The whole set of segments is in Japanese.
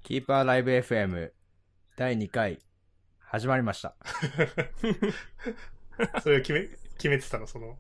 キーパーライブ FM 第2回始まりました。 それ決めてたの、その。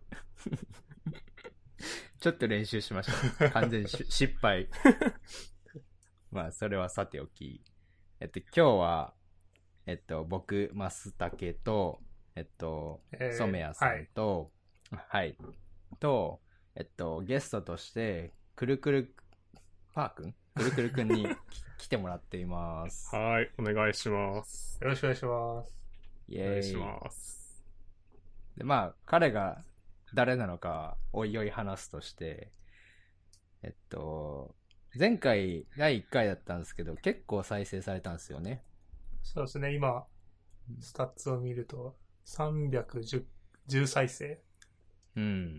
ちょっと練習しました。完全に失敗。まあ、それはさておき。今日は、僕、マスタケと、染谷さんと、はい。と、ゲストとして、くるくるくんに来てもらっています。 はい、お願いします。 よろしくお願いします。 イエーイ。 お願いします。 で、まあ、彼が誰なのか、おいおい話すとして、前回第1回だったんですけど、結構再生されたんですよね。 そうですね、今、スタッツを見ると、310再生。 うん。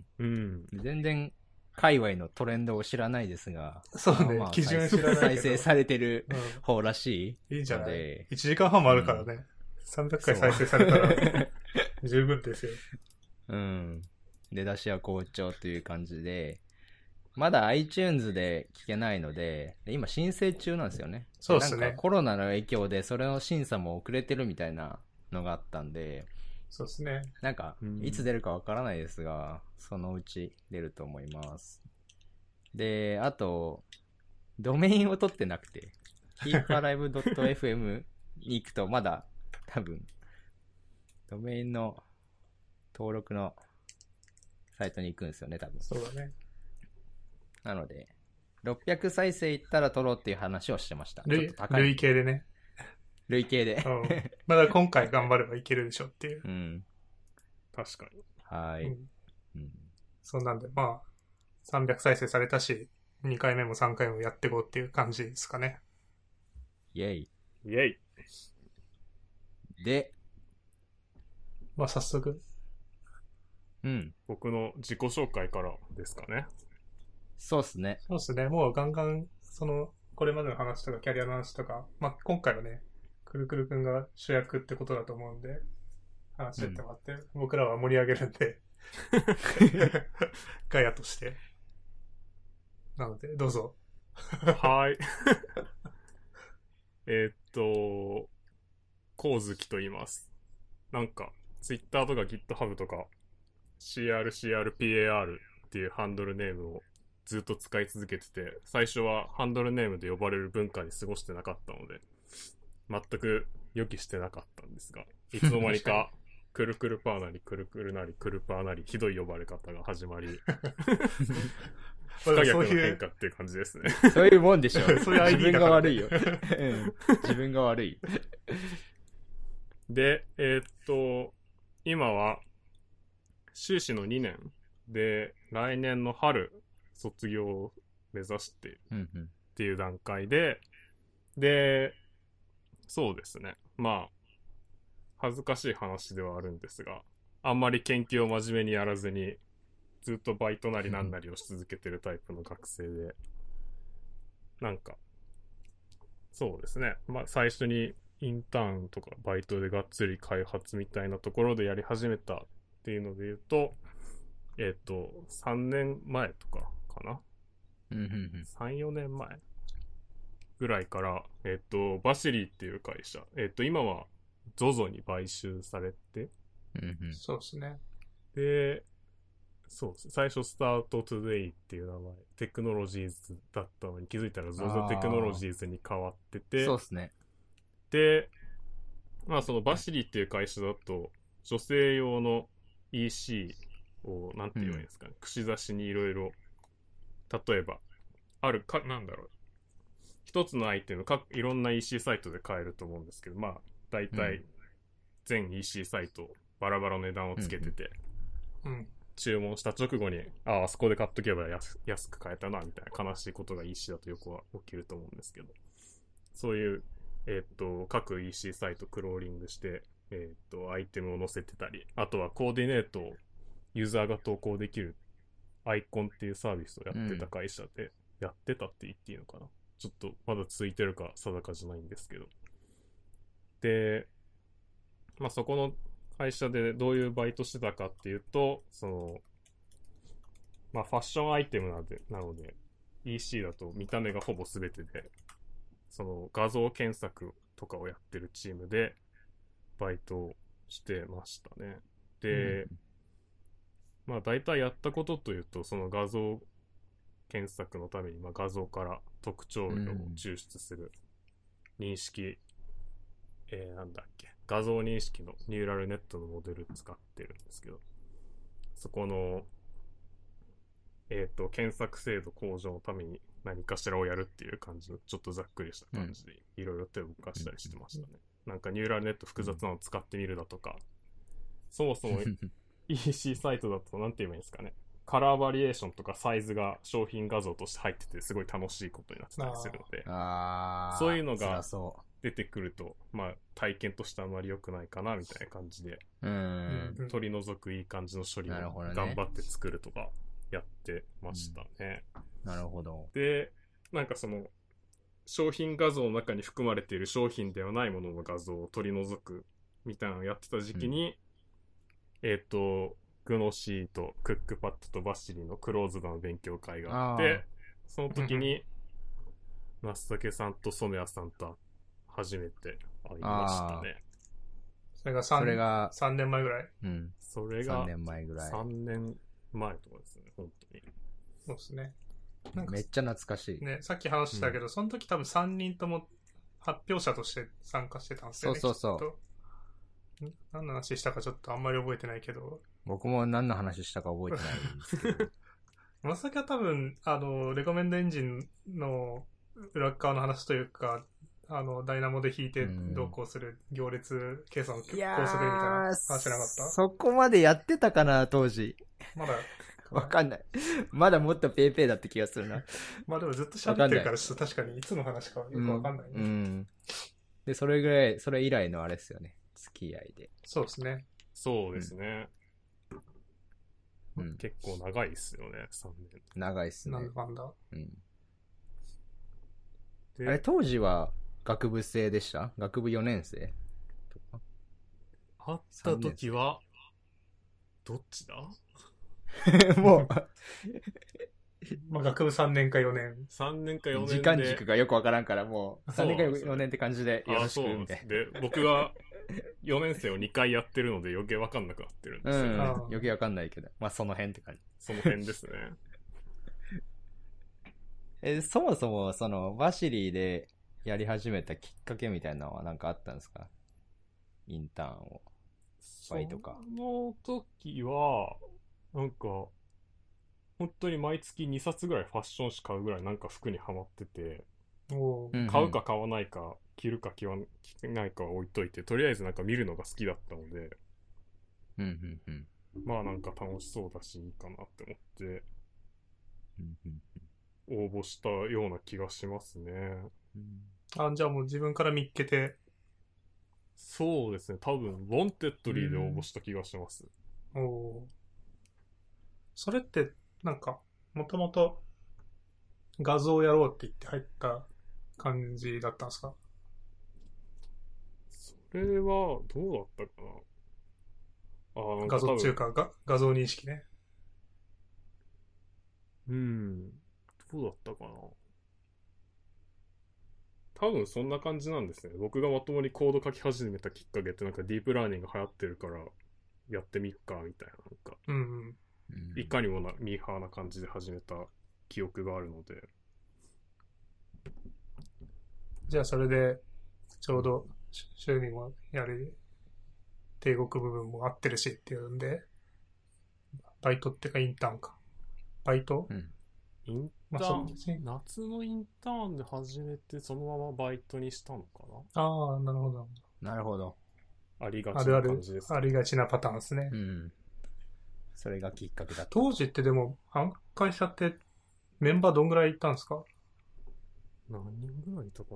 うん。 全然、界隈のトレンドを知らないですが、 そうね、基準知らないけど。 再生されてる方らしい。 いいんじゃない ?1 時間半もあるからね。300回再生されたら、十分ですよ。 うん。出だしは好調という感じで、まだ iTunes で聞けないので、今申請中なんですよね。 そうですね。 なんかコロナの影響でそれの審査も遅れてるみたいなのがあったんで、 そうですね。 なんか、いつ出るかわからないですが、そのうち出ると思います。で、あと、ドメインを取ってなくて、keeperlive.fm に行くとまだ多分、ドメインの登録のサイトに行くんですよね、多分。 そうだね。 なので、600再生いったら取ろうっていう話をしてました。ちょっと高い。 累計でね。 累計で。 まだ今回頑張ればいけるでしょっていう。 うん。 確かに。 はい。 そんなんで、まあ、300再生されたし、2回目も3回もやっていこうっていう感じですかね。 イェイ。 イェイ。 で、 まあ早速。 僕の自己紹介からですかね。 そうっすね。 そうっすね。もうガンガン、これまでの話とかキャリアの話とか、まあ今回はね、くるくるくんが主役ってことだと思うんで、話してってもらって、僕らは盛り上げるんで、ガヤとして。なので、どうぞ。 はい。光月と言います。なんか、Twitter とか GitHub とか、CRCRPAR っていうハンドルネームをずっと使い続けてて、最初はハンドルネームで呼ばれる文化に過ごしてなかったので、全く予期してなかったんですが、いつの間にか、くるくるパーなり、くるくるなり、くるパーなり、ひどい呼ばれ方が始まり、不可逆の変化っていう感じですね。 そういうもんでしょ。 そういう ID 自分が悪いよ。自分が悪い。 で、今は、修士の2年で、来年の春、卒業を目指してっていう段階で、で、そうですね。まあ、恥ずかしい話ではあるんですが、あんまり研究を真面目にやらずに、ずっとバイトなりなんなりをし続けてるタイプの学生で、なんか、そうですね。まあ、最初にインターンとかバイトでがっつり開発みたいなところでやり始めたっていうので言うと、3年前とかかな。3、4年前ぐらいから、バシリーっていう会社、今は ZOZO に買収されて、 そうですね。 で、そうですね。最初スタートトゥデイっていう名前、テクノロジーズだったのに気づいたら ZOZO テクノロジーズに変わってて、 そうですね。 で、まあそのバシリーっていう会社だと、女性用の EC を、なんて言えばいいんですかね。串刺しにいろいろ、例えば、なんだろう。一つのアイテム、いろんな EC サイトで買えると思うんですけど、まあ、大体、全 EC サイト、バラバラの値段をつけてて、注文した直後に、あそこで買っとけば安く買えたな、みたいな悲しいことが EC だとよくは起きると思うんですけど、そういう、各 EC サイトクローリングして、アイテムを載せてたり、あとはコーディネートをユーザーが投稿できるアイコンっていうサービスをやってた会社で、やってたって言っていいのかな、ちょっとまだ続いてるか定かじゃないんですけど。で、まあそこの会社でどういうバイトしてたかっていうと、まあファッションアイテムなので、EC だと見た目がほぼ全てで、 その画像検索とかをやってるチームでバイトをしてましたね。で、まあ大体やったことというと、その画像検索のために、まあ、画像から特徴量を抽出する認識、なんだっけ、画像認識のニューラルネットのモデル使ってるんですけど、そこの、検索精度向上のために何かしらをやるっていう感じの、ちょっとざっくりした感じで、いろいろ手を動かしたりしてましたね。なんかニューラルネット複雑なの使ってみるだとか、そもそも EC サイトだと、なんて言えばいいんですかね。カラーバリエーションとかサイズが商品画像として入ってて、すごい楽しいことになってたりするので、そういうのが出てくると、まあ、体験としてあまり良くないかな、みたいな感じで、取り除くいい感じの処理を頑張って作るとかやってましたね。 なるほど。 で、なんかその、商品画像の中に含まれている商品ではないものの画像を取り除くみたいなのをやってた時期に、グノシーとクックパッドとバシリのクローズドな勉強会があって、その時に、松竹さんと染谷さんと初めて会いましたね。 それが3年前ぐらい。 それが 3年前ぐらい。 3年前とかですね、本当に。 そうですね。 なんかめっちゃ懐かしい。 ね、さっき話したけど、その時多分3人とも発表者として参加してたんですよね。 そう。 何の話したかちょっとあんまり覚えてないけど。 僕も何の話したか覚えてないんですけど。 まさか多分、レコメンドエンジンの裏側の話というか、ダイナモで弾いて同行する行列計算の高速でみたいな話なかった？ そこまでやってたかな、当時。 まだ。 わかんない。まだもっとペーペーだった気がするな。 まあでもずっと喋ってるからちょっと確かにいつの話かよくわかんないね。 で、それ以来のあれですよね。付き合いで。 そうですね。 そうですね。結構長いっすよね、3年。 長いっすね。 なんだ。 あれ、当時は学部生でした？学部4年生とか会った時は、どっちだもう、 まあ学部3年か4年。 3年か4年で。 時間軸がよくわからんから、もう、3年か4年って感じでよろしく、みたいな。 で、僕は4年生を2回やってるので余計わかんなくなってるんですよね。 余計わかんないけど。まあその辺って感じ。 その辺ですね。そもそも、その、バシリーでやり始めたきっかけみたいなのは何かあったんですか？インターンを。バイトか。 その時は、なんか、本当に毎月2冊ぐらいファッション誌買うぐらいなんか服にハマってて、買うか買わないか、着るか着ないかは置いといて、とりあえずなんか見るのが好きだったので、まあなんか楽しそうだしいいかなって思って、応募したような気がしますね。 じゃあもう自分から見っけて。 そうですね、多分、ウォンテッドリーで応募した気がします。 それって、なんか、もともと画像をやろうって言って入った感じだったんですか？ それは、どうだったかな。 画像っていうか、画像認識ね。 どうだったかな。多分そんな感じなんですね。僕がまともにコード書き始めたきっかけってなんかディープラーニング流行ってるからやってみっかみたいななんか、いかにもミーハーな感じで始めた記憶があるので。 じゃあそれでちょうど週にもやる帝国部分も合ってるしっていうんで、バイトってかインターンか。バイト？ インターン、夏のインターンで始めてそのままバイトにしたのかな。 なるほど。 なるほど。 ありがちな感じです、 ありがちなパターンですね。 それがきっかけだった。 当時ってでも、会社ってメンバーどんぐらいいたんですか？ 何人ぐらいいたかな。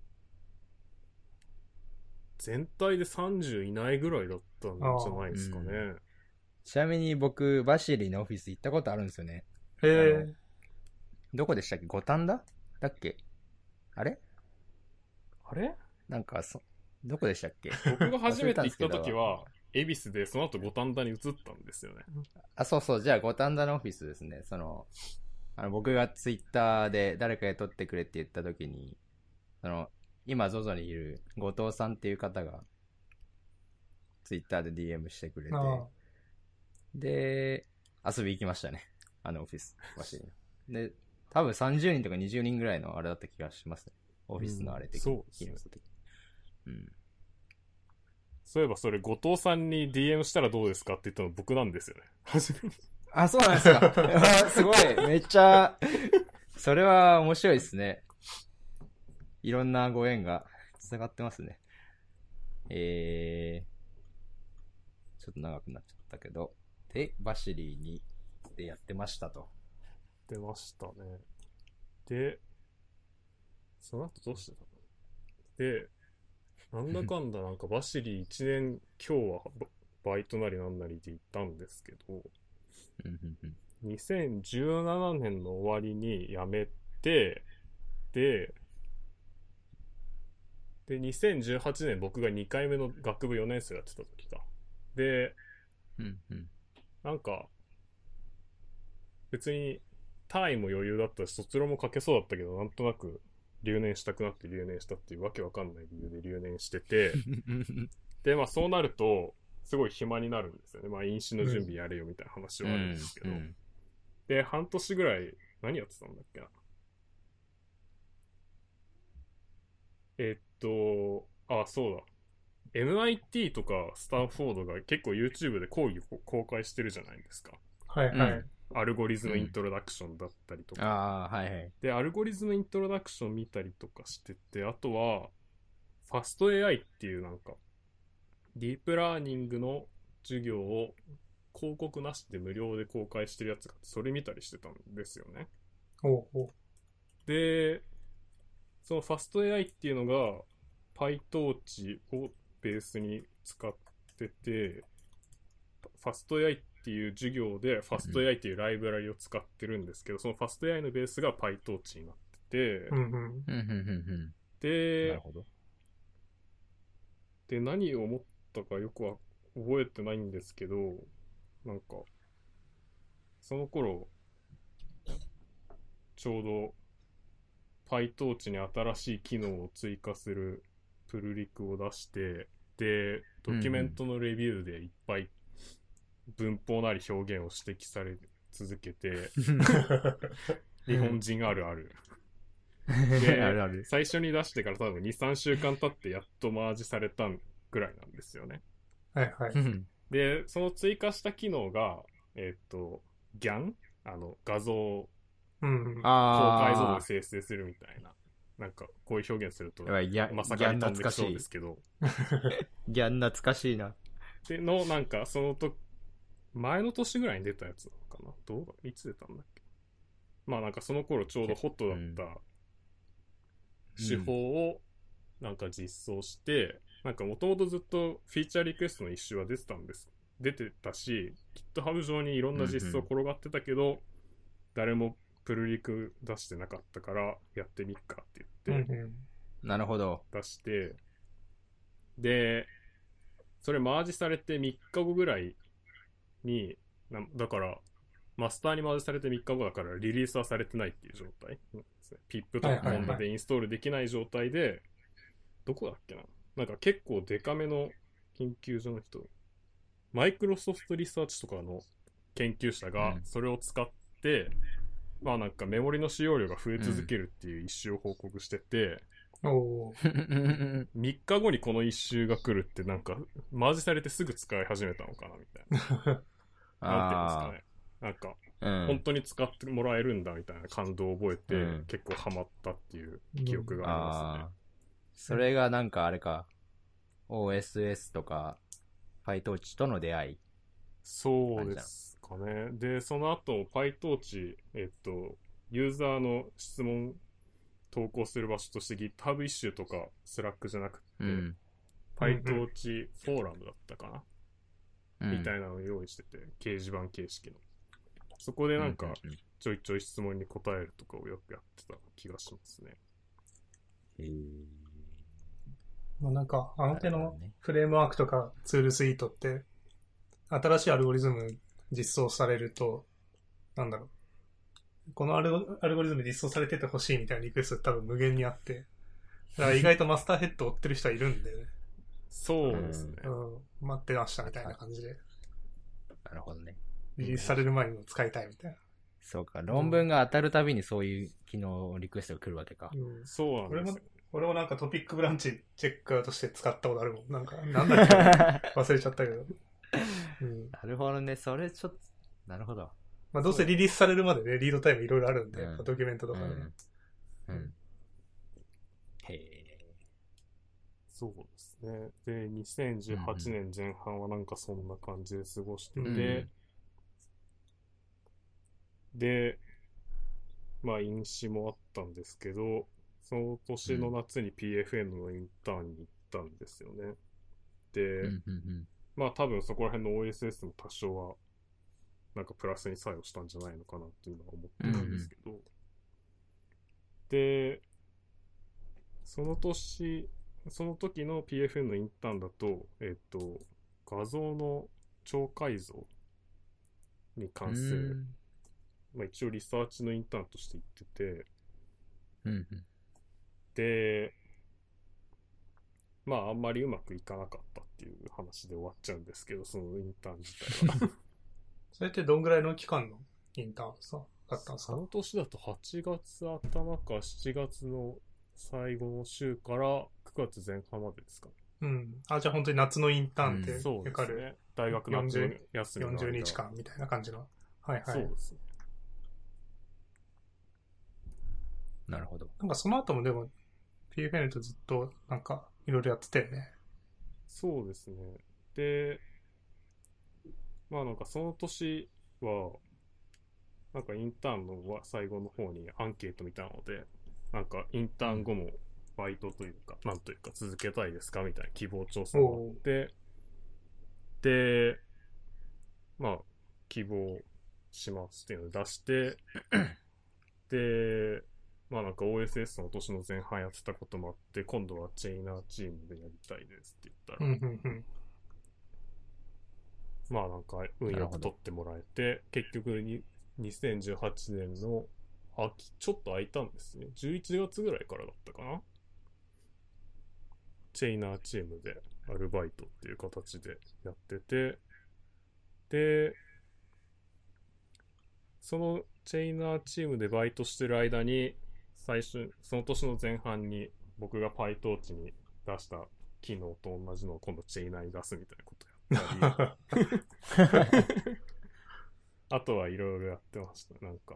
全体で30いないぐらいだったんじゃないですかね。 ちなみに僕、バシリのオフィス行ったことあるんですよね。どこでしたっけ？五反田だっけ？あれなんかどこでしたっけ？ 僕が初めて行った時は、恵比寿で、その後五反田に移ったんですよね。 そう。じゃあ五反田のオフィスですね。僕がツイッターで誰かが撮ってくれって言った時に、 今 ZOZO にいる後藤さんっていう方が、ツイッターで DM してくれて、で、遊び行きましたね。オフィス、バシリの。で、多分30人とか20人ぐらいのあれだった気がしますね。オフィスのあれ的に。 そうですね。そういえばそれ、後藤さんに DM したらどうですかって言ったの僕なんですよね。初めに。 あ、そうなんですか。すごい。めっちゃ、それは面白いですね。いろんなご縁が繋がってますね。ちょっと長くなっちゃったけど。で、バシリーに、でやってましたと。 出ましたね。で、その後どうしてたので、なんだかんだなんかバシリー1年今日はバイトなりなんなりで行ったんですけど、2017年の終わりに辞めて、で、2018年僕が2回目の学部4年生やってた時か。で、なんか、別に単位も余裕だったし、卒論も書けそうだったけど、なんとなく留年したくなって留年したっていうわけわかんない理由で留年してて、で、まあそうなると、すごい暇になるんですよね。まあ飲酒の準備やれよみたいな話はあるんですけど。で、半年ぐらい、何やってたんだっけな。そうだ。MIT とかスタンフォードが結構 YouTube で講義を公開してるじゃないですか。 はいはい。 アルゴリズムイントロダクションだったりとか。 はいはい。 で、アルゴリズムイントロダクション見たりとかしてて、あとは、ファスト AI っていうなんか、ディープラーニングの授業を広告なしで無料で公開してるやつがあって、それ見たりしてたんですよね。で、そのファスト AI っていうのが PyTorch をベースに使ってて、ファスト AI っていう授業でファスト AI っていうライブラリを使ってるんですけど、そのファスト AI のベースが PyTorch になってて、 なるほど。 で、何を思ったかよくは覚えてないんですけど、なんか、その頃、ちょうど PyTorch に新しい機能を追加するプルリクを出して、で、ドキュメントのレビューでいっぱい文法なり表現を指摘され続けて、日本人あるある。で、 あるある。 最初に出してから多分2、3週間経ってやっとマージされたぐらいなんですよね。 はいはい。 で、その追加した機能が、GAN？ 画像を高解像度で生成するみたいな。なんか、こういう表現すると、まさかに飛んできそうですけど。 ギャン懐かしいな。 での、なんか、そのと、前の年ぐらいに出たやつなのかな。どういつ出たんだっけ。まあなんかその頃ちょうどホットだった手法をなんか実装して、なんかもともとずっとフィーチャーリクエストの一周は出てたし、GitHub 上にいろんな実装転がってたけど、誰もプルリク出してなかったからやってみっかって言って、 なるほど。 出して、で、それマージされて3日後ぐらいに、だから、マスターにマージされて3日後だからリリースはされてないっていう状態ですね。ピップとかコンダでインストールできない状態で、どこだっけな、なんか結構デカめの研究所の人、マイクロソフトリサーチとかの研究者がそれを使って、まあなんかメモリの使用量が増え続けるっていう一周を報告してて、3日後にこの一周が来るってなんかマージされてすぐ使い始めたのかなみたいな。なんていうんですかね。なんか、本当に使ってもらえるんだみたいな感動を覚えて、結構ハマったっていう記憶がありますね。 それがなんかあれか、OSS とか PyTorch との出会い。 そうですかね。で、その後 PyTorch、ユーザーの質問投稿する場所として GitHub イシューとか Slack じゃなくて、PyTorch フォーラムだったかな、みたいなのを用意してて、掲示板形式の。そこでなんか、ちょいちょい質問に答えるとかをよくやってた気がしますね。 まあなんか、あの手のフレームワークとかツールスイートって、新しいアルゴリズム実装されると、なんだろう。このアルゴリズム実装されててほしいみたいなリクエスト多分無限にあって、 だから意外とマスターヘッド追ってる人はいるんでね。 そうですね。 待ってましたみたいな感じで。 なるほどね。 リリースされる前にも使いたいみたいな。 そうか、論文が当たるたびにそういう機能リクエストが来るわけか。 そうなんですよ。 俺もなんかトピックブランチチェッカーとして使ったことあるもん。なんだっけ忘れちゃったけど。 なるほどね、それちょっと、なるほど。 まあどうせリリースされるまでね、リードタイムいろいろあるんで、ドキュメントとかね。 へえ。 そうですね。で、2018年前半はなんかそんな感じで過ごしてて、で、まあ飲酒もあったんですけど、その年の夏に PFN のインターンに行ったんですよね。で、まあ多分そこら辺の OSS も多少はなんかプラスに作用したんじゃないのかなっていうのは思ってるんですけど、で、その時の PFN のインターンだと、画像の超解像に関する、まあ一応リサーチのインターンとして行ってて、で、まああんまりうまくいかなかったっていう話で終わっちゃうんですけど、そのインターン自体は。 それってどんぐらいの期間のインターンさだったんですか？ その年だと8月頭か7月の最後の週から9月前半までですかね。 じゃあ本当に夏のインターンってそうですね。大学夏の休みの間 40日間みたいな感じの。はいはい。 そうですね。 なるほど。 なんかその後もでも PFN とずっとなんかいろいろやってたよね。 そうですね。で、まあなんかその年は、なんかインターンの最後の方にアンケートみたいなので、なんかインターン後もバイトというか、なんというか続けたいですかみたいな希望調査があって、で、まあ、希望しますっていうのを出して、で、まあなんか OSS の年の前半やってたこともあって、今度はチェイナーチームでやりたいですって言ったら、まあなんか運よく取ってもらえて、結局に2018年の秋、ちょっと空いたんですね。11月ぐらいからだったかな。チェイナーチームでアルバイトっていう形でやってて、で、そのチェイナーチームでバイトしてる間に、その年の前半に僕が PyTorch に出した機能と同じのを今度チェイナーに出すみたいなことやったり、あとはいろいろやってました。なんか、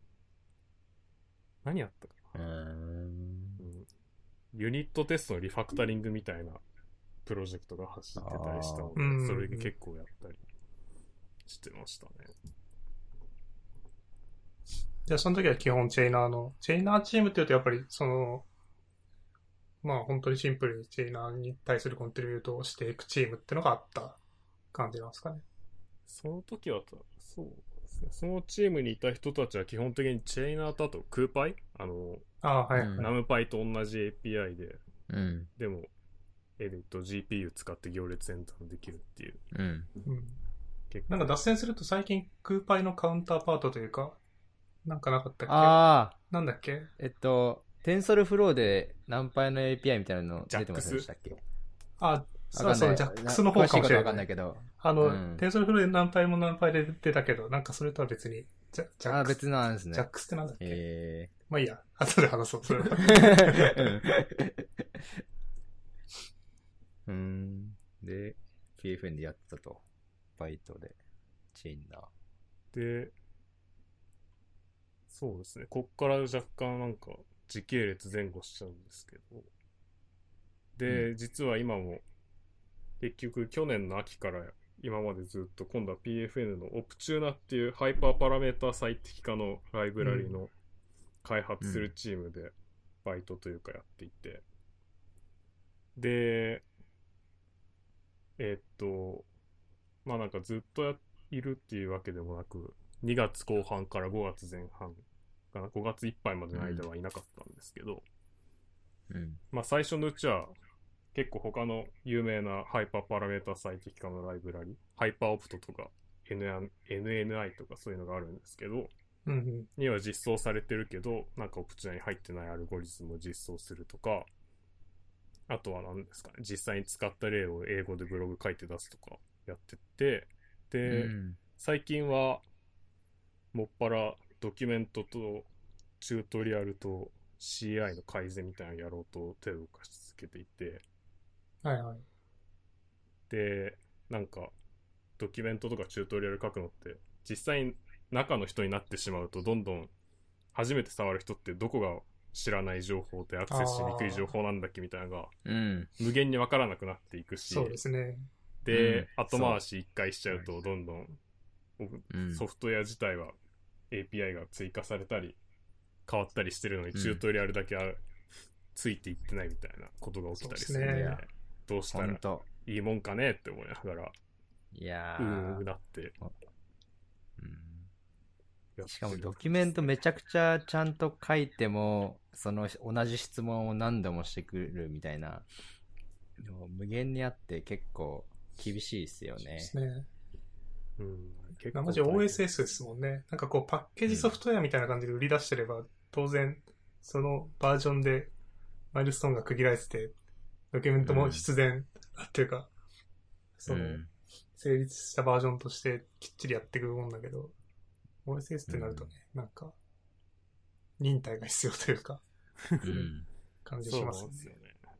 何やったかな。ユニットテストのリファクタリングみたいなプロジェクトが走ってたりしたので、それで結構やったりしてましたね。 じゃあその時は基本チェイナーチームって言うとやっぱりまあ本当にシンプルにチェイナーに対するコントリビュートをしていくチームっていうのがあった感じなんですかね。 その時は、そうですね。そのチームにいた人たちは基本的にチェイナーとあとクーパイナムパイと同じ API で、でも、GPU 使って行列演算できるっていう。 なんか脱線すると最近クーパイのカウンターパートというか、なんかなかったっけ？なんだっけ？ テンソルフローでナンパイの API みたいなの出てませんでしたっけ？ そう、ジャックスの方かもしれない。 わかんないけど。 テンソルフローでナンパイもナンパイで出たけど、なんかそれとは別に、ジャックス。 別なんですね。 ジャックスってなんだっけ？まあいいや、後で話そう、それは。 で、PFN でやってたと。バイトで。チェイナー。で、そうですね。こっから若干なんか時系列前後しちゃうんですけど。で、実は今も結局去年の秋から今までずっと今度は PFN のオプチューナっていうハイパーパラメータ最適化のライブラリの開発するチームでバイトというかやっていて。で、まあなんかずっといるっていうわけでもなく、2月後半から5月前半かな、5月いっぱいまでの間はいなかったんですけど、まあ最初のうちは結構他の有名なハイパーパラメータ最適化のライブラリ、ハイパーオプトとか NNI とかそういうのがあるんですけど、には実装されてるけど、なんかオプチュナに入ってないアルゴリズムを実装するとか、 あとは何ですかね、実際に使った例を英語でブログ書いて出すとかやってて、で、最近はもっぱらドキュメントとチュートリアルと CI の改善みたいなのやろうと手を動かし続けていて、 はいはい。 で、なんかドキュメントとかチュートリアル書くのって実際に中の人になってしまうとどんどん初めて触る人ってどこが知らない情報でアクセスしにくい情報なんだっけみたいなのが無限に分からなくなっていくし、 そうですね。 で、後回し一回しちゃうとどんどんソフトウェア自体は API が追加されたり変わったりしてるのにチュートリアルだけはついていってないみたいなことが起きたりするので、 そうですね、 どうしたらいいもんかねって思いながらいやなって、 しかもドキュメントめちゃくちゃちゃんと書いてもその同じ質問を何度もしてくるみたいなもう無限にあって結構厳しいですよね。そうですね。 結構マジ OSS ですもんね。なんかこうパッケージソフトウェアみたいな感じで売り出してれば、当然そのバージョンでマイルストーンが区切られてて、ドキュメントも必然、っていうか、その、成立したバージョンとしてきっちりやっていくもんだけど、OSS ってなるとね、なんか、忍耐が必要というか、感じしますね。そうですよね。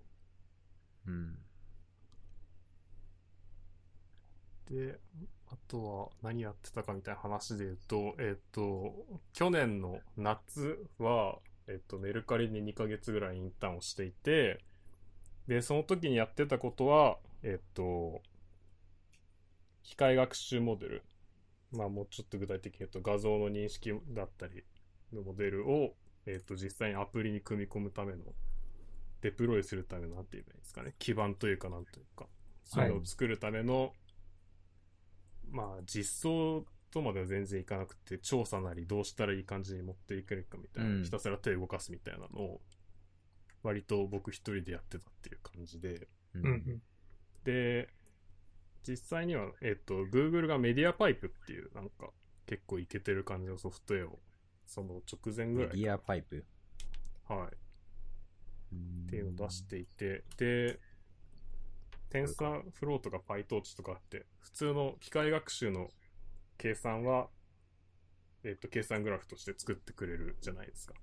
で、あとは何やってたかみたいな話で言うと、去年の夏は、メルカリに2ヶ月ぐらいインターンをしていて、で、その時にやってたことは、機械学習モデル。まあもうちょっと具体的に言うと画像の認識だったりのモデルを、実際にアプリに組み込むための、デプロイするためのなんて言えばいいんですかね。基盤というかなんというか、そういうのを作るための、まあ実装とまでは全然いかなくて、調査なりどうしたらいい感じに持っていけるかみたいな、ひたすら手を動かすみたいなのを、割と僕一人でやってたっていう感じで、で、実際には、Google がメディアパイプっていう、なんか、結構イケてる感じのソフトウェアを、その直前ぐらい。 メディアパイプはい。っていうのを出していて、で、TensorFlow とか PyTorch とかあって、普通の機械学習の計算は、計算グラフとして作ってくれるじゃないですか。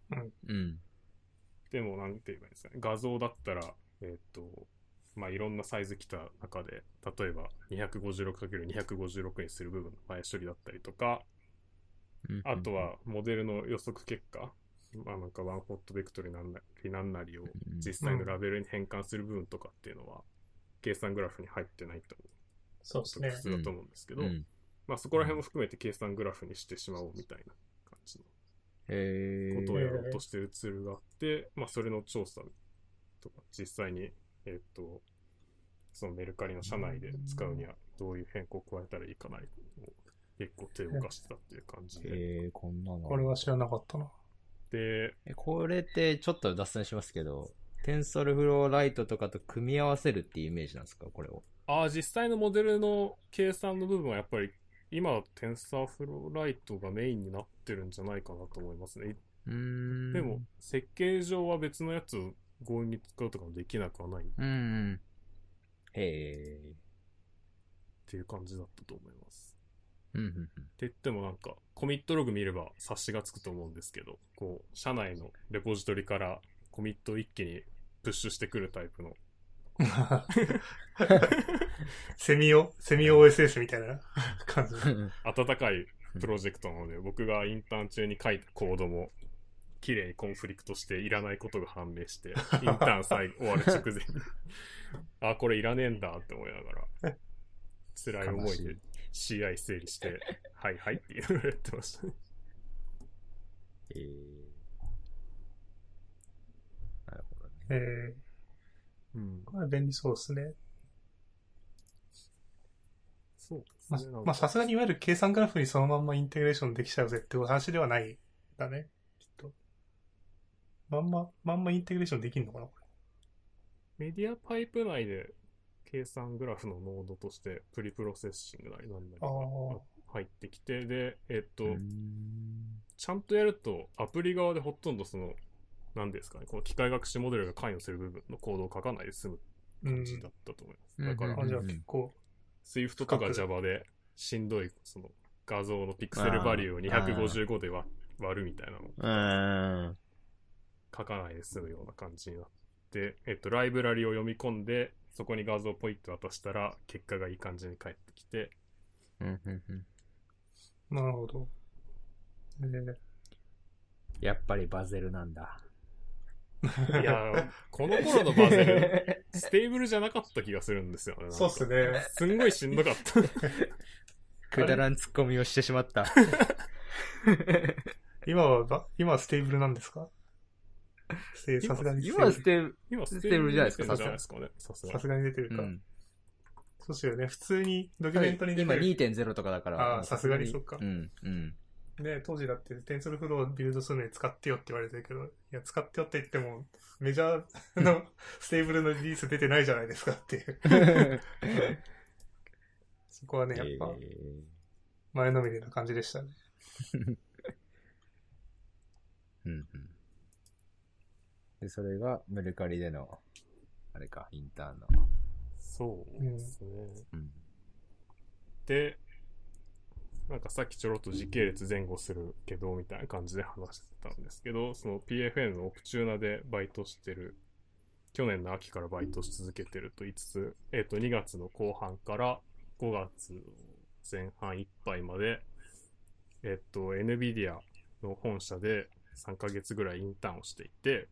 でも、なんて言えばいいんですかね。画像だったら、まあ、いろんなサイズ来た中で、例えば 256×256 にする部分の前処理だったりとか、あとはモデルの予測結果、まあなんかワンホットベクトルなんなりを実際のラベルに変換する部分とかっていうのは、計算グラフに入ってないとそうですね。 普通だと思うんですけど、まあそこら辺も含めて計算グラフにしてしまおうみたいな感じのことをやろうとしてるツールがあって、まあそれの調査とか実際にそのメルカリの社内で使うにはどういう変更を加えたらいいかなを結構手を動かしてたっていう感じで。 こんなの。 これは知らなかったな。 で、 これってちょっと脱線しますけど、TensorFlow Lite とかと組み合わせるっていうイメージなんですか、これを。 実際のモデルの計算の部分はやっぱり今 TensorFlow Lite がメインになってるんじゃないかなと思いますね。でも設計上は別のやつを強引に使うとかもできなくはない。っていう感じだったと思います。って言ってもなんかコミットログ見れば察しがつくと思うんですけど、こう社内のレポジトリからコミットを一気にプッシュしてくるタイプのセミ OSS みたいな感じ。 温かいプロジェクトなので、僕がインターン中に書いたコードも綺麗にコンフリクトしていらないことが判明して、インターン終わる直前にこれいらねえんだって思いながら、辛い思いで CI 整理して、はいはいっていうのをやってましたね。 なるほどね。 これ便利そうですね。 そうですね。 まあさすがにいわゆる計算グラフにそのまんまインテグレーションできちゃうぜっていう話ではないんだね。きっと。まんまインテグレーションできんのかなこれ。メディアパイプ内で計算グラフのノードとしてプリプロセッシングなりなんなりが入ってきて、で、ちゃんとやるとアプリ側でほとんどそのなんですかね、この機械学習モデルが関与する部分のコードを書かないで済む感じだったと思います。だから、 じゃあ結構、 Swift とか Java でしんどい、その画像のピクセルバリューを255で割るみたいなのを書かないで済むような感じになって、ライブラリを読み込んで、そこに画像をポイッと渡したら、結果がいい感じに返ってきて。 なるほど。 やっぱりバゼルなんだ。 いや、この頃のバゼル、ステーブルじゃなかった気がするんですよね。 そうっすね。 すんごいしんどかった。 くだらんツッコミをしてしまった。 今はステーブルなんですか？さすがに今はステーブルじゃないですか、 さすがに出てるか。そうっすよね。普通にドキュメントに出てる。 今 2.0 とかだから。 さすがにそっか。 ね、 当時だってテンソルフロービルドするのに使ってよって言われてるけど、いや、使ってよって言っても、メジャーのステーブルのリリース出てないじゃないですかっていう。そこはね、やっぱ、前のめりな感じでしたね。 で、それがメルカリでの、あれか、インターンの。 そうですね。で、なんかさっきちょろっと時系列前後するけどみたいな感じで話してたんですけど、その PFN のオプチューナでバイトしてる、去年の秋からバイトし続けてると言いつつ、2月の後半から5月前半いっぱいまで、NVIDIA の本社で3ヶ月ぐらいインターンをしていて、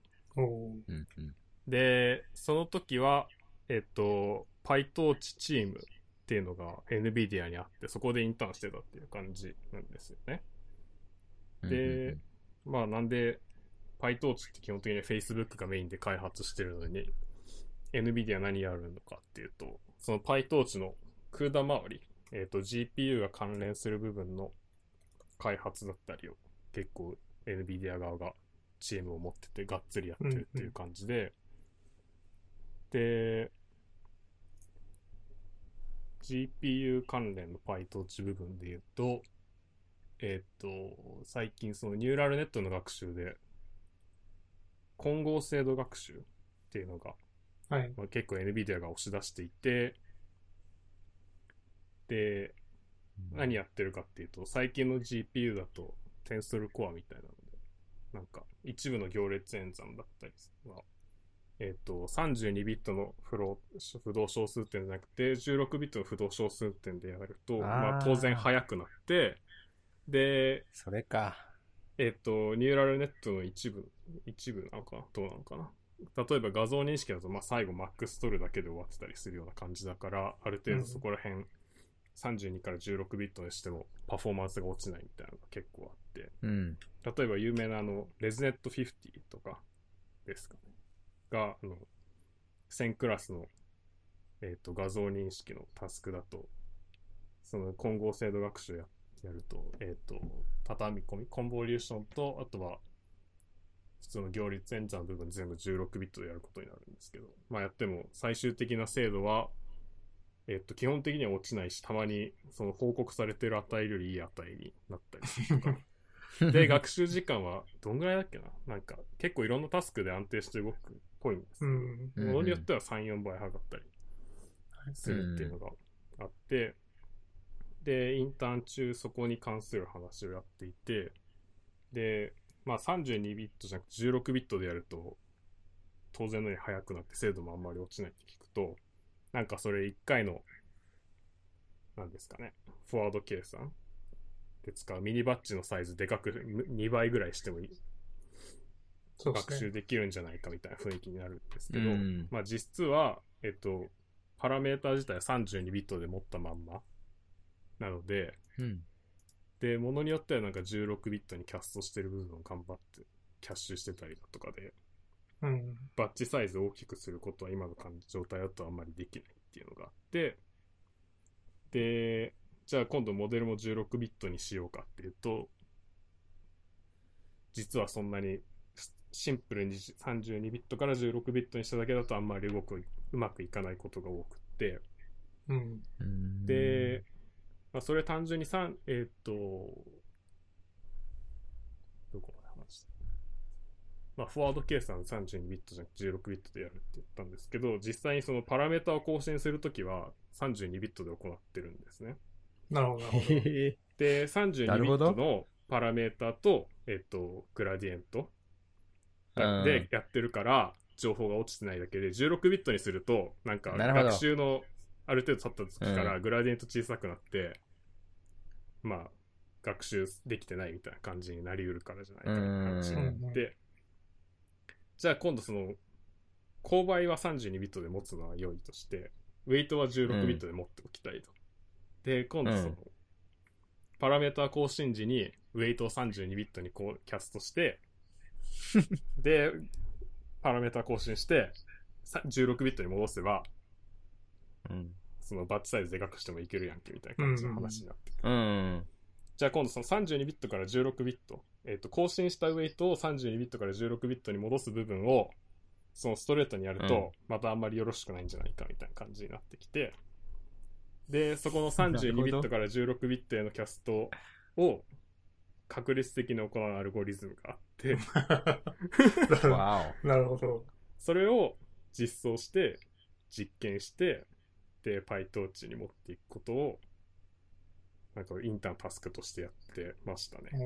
で、その時は、PyTorch チームっていうのが NVIDIA にあって、そこでインターンしてたっていう感じなんですよね。で、まあなんで PyTorch って基本的に Facebook がメインで開発してるのに NVIDIA 何やるのかっていうと、その PyTorch のCUDA 周り、GPU が関連する部分の開発だったりを結構 NVIDIA 側がチームを持っててがっつりやってるっていう感じで、で、GPU 関連の PyTorch 部分で言うと、最近そのニューラルネットの学習で、混合精度学習っていうのが、結構 NVIDIA が押し出していて、で、何やってるかっていうと、最近の GPU だと Tensor Core みたいなので、なんか一部の行列演算だったりが、32ビットの不動小数点じゃなくて、16ビットの不動小数点でやると、まあ当然速くなって、で、 それか。 ニューラルネットの一部なのかなどうなのかな例えば画像認識だと、まあ最後 MAX 取るだけで終わってたりするような感じだから、ある程度そこら辺、32から16ビットにしてもパフォーマンスが落ちないみたいなのが結構あって、例えば有名なレズネット50とかですかね。が、1000クラスの、画像認識のタスクだと、その混合精度学習やると、畳み込み、コンボリューションと、あとは、普通の行列演算の部分全部16ビットでやることになるんですけど、まあやっても最終的な精度は、基本的には落ちないし、たまにその報告されてる値よりいい値になったりするとか。で、学習時間はどんぐらいだっけななんか結構いろんなタスクで安定して動くっぽいんですけど、ものによっては3、4倍測ったりするっていうのがあって、で、インターン中そこに関する話をやっていて、で、まあ32ビットじゃなくて16ビットでやると、当然のように速くなって精度もあんまり落ちないって聞くと、なんかそれ1回の、なんですかね、フォワード計算で使うミニバッジのサイズでかく2倍ぐらいしてもいい。学習できるんじゃないかみたいな雰囲気になるんですけど、まあ実質は、パラメータ自体は32ビットで持ったまんまなので、で、ものによってはなんか16ビットにキャストしてる部分を頑張ってキャッシュしてたりだとかで、バッジサイズを大きくすることは今の状態だとあんまりできないっていうのがあって、で、じゃあ今度モデルも16ビットにしようかっていうと、実はそんなにシンプルに32ビットから16ビットにしただけだとあんまりうまくいかないことが多くって、で、まあ、それ単純にどこまで話したまあ、フォワード計算32ビットじゃなくて16ビットでやるって言ったんですけど、実際にそのパラメータを更新するときは32ビットで行ってるんですね。 なるほど、なるほど。 へで、32ビットのパラメータと、グラディエントでやってるから、情報が落ちてないだけで、16ビットにすると、なんか学習のある程度経った時からグラディエント小さくなって、まあ、学習できてないみたいな感じになりうるからじゃないかな話になって、じゃあ今度その、勾配は32ビットで持つのは良いとして、ウェイトは16ビットで持っておきたいと。で、今度その、パラメータ更新時にウェイトを32ビットにこうキャストして、で、パラメータ更新して、16ビットに戻せば、そのバッチサイズでかくしてもいけるやんけみたいな感じの話になってくる。じゃあ今度その32ビットから16ビット、更新したウェイトを32ビットから16ビットに戻す部分を、そのストレートにやると、またあんまりよろしくないんじゃないかみたいな感じになってきて、で、そこの32ビットから16ビットへのキャストを確率的に行うアルゴリズムがあって、 なるほど。 それを実装して、実験して、で、PyTorch に持っていくことを、なんかインターンタスクとしてやってましたね。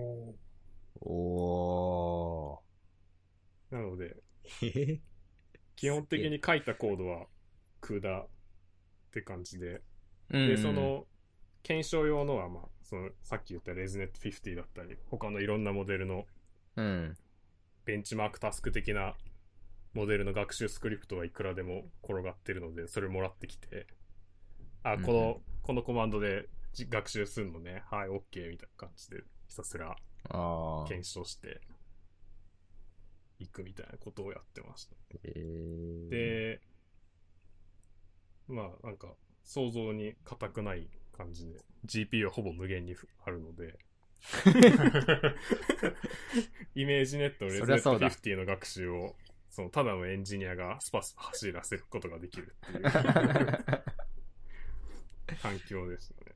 おー。なので、基本的に書いたコードはCUDAって感じで、で、その、検証用のは、まあ、その、さっき言った ResNet50 だったり、他のいろんなモデルの、ベンチマークタスク的なモデルの学習スクリプトはいくらでも転がってるので、それもらってきて、このコマンドで学習するのね、はい、OK みたいな感じで、ひたすら検証していくみたいなことをやってました。で、まあ、なんか、想像に固くない感じで、GPU はほぼ無限にあるので、イメージネットの ResNet50 の学習を、そのただのエンジニアがスパスパ走らせることができるっていう環境でしたね。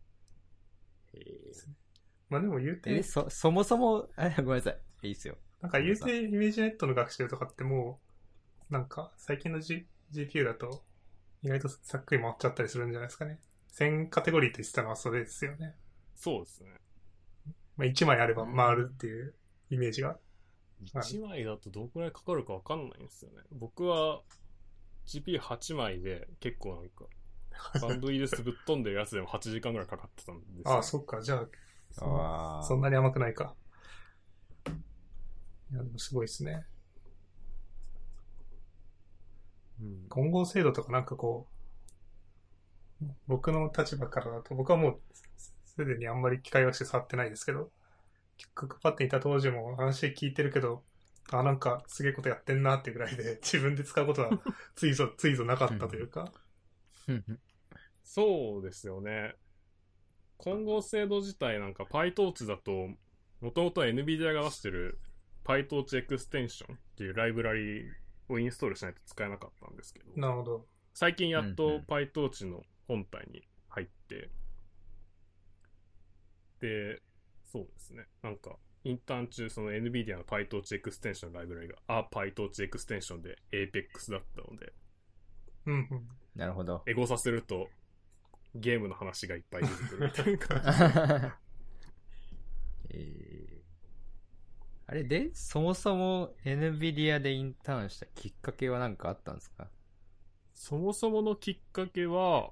まあでも言うて、 そもそも、ごめんなさい。いいっすよ。 なんか言うてイメージネットの学習とかってもう、なんか最近の、GPU だと意外とさっくり回っちゃったりするんじゃないですかね。1000カテゴリーって言ってたのはそれですよね。 そうですね。 まあ1枚あれば回るっていうイメージが。 1枚だとどのくらいかかるかわかんないんですよね。僕は GPU8 枚で結構なんか、バンドイルスぶっ飛んでるやつでも8時間ぐらいかかってたんですよ。 ああ、そっか。じゃあ、そんなに甘くないか。いや、でもすごいですね。混合精度とかなんかこう、僕の立場からだと、僕はもうすでにあんまり機械学習触ってないですけど、クックパッドにいた当時も話聞いてるけど、なんかすげえことやってんなっていうぐらいで自分で使うことはついぞなかったというか。 そうですよね。混合精度自体なんか PyTorch だと、もともとは NVIDIA が出してる PyTorch エクステンションっていうライブラリをインストールしないと使えなかったんですけど。 なるほど。 最近やっと PyTorch の本体に入って、で、そうですね。なんか、インターン中、その NVIDIA の PyTorch エクステンションのライブラリが、PyTorch エクステンションで Apex だったので、 なるほど。 エゴさせると、ゲームの話がいっぱい出てくるみたいな感じ。 あれで、そもそも NVIDIA でインターンしたきっかけは何かあったんですか？ そもそものきっかけは、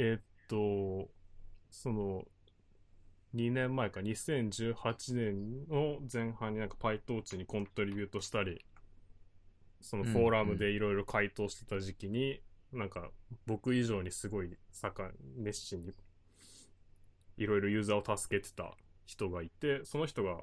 その、2年前か、2018年の前半になんか PyTorch にコントリビュートしたり、そのフォーラムでいろいろ回答してた時期に、なんか僕以上にすごい熱心にいろいろユーザーを助けてた人がいて、その人が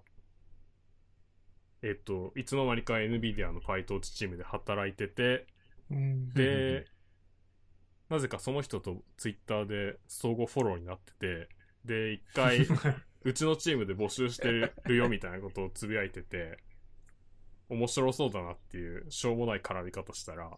いつの間にか NVIDIA の PyTorch チームで働いてて、でなぜかその人と Twitter で相互フォローになってて、で一回うちのチームで募集してるよみたいなことをつぶやいてて、面白そうだなっていうしょうもない絡み方したら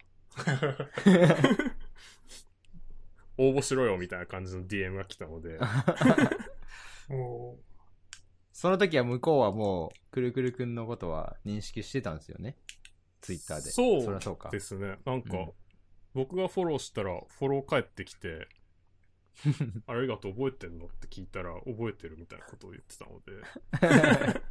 応募しろよみたいな感じの DM が来たのでその時は向こうはもう、くるくるくんのことは認識してたんですよね。ツイッターで。 そうりゃそうか。 ですね。なんか、 うん、 僕がフォローしたら、フォロー返ってきて、ありがとう、覚えてんのって聞いたら、覚えてるみたいなことを言ってたので。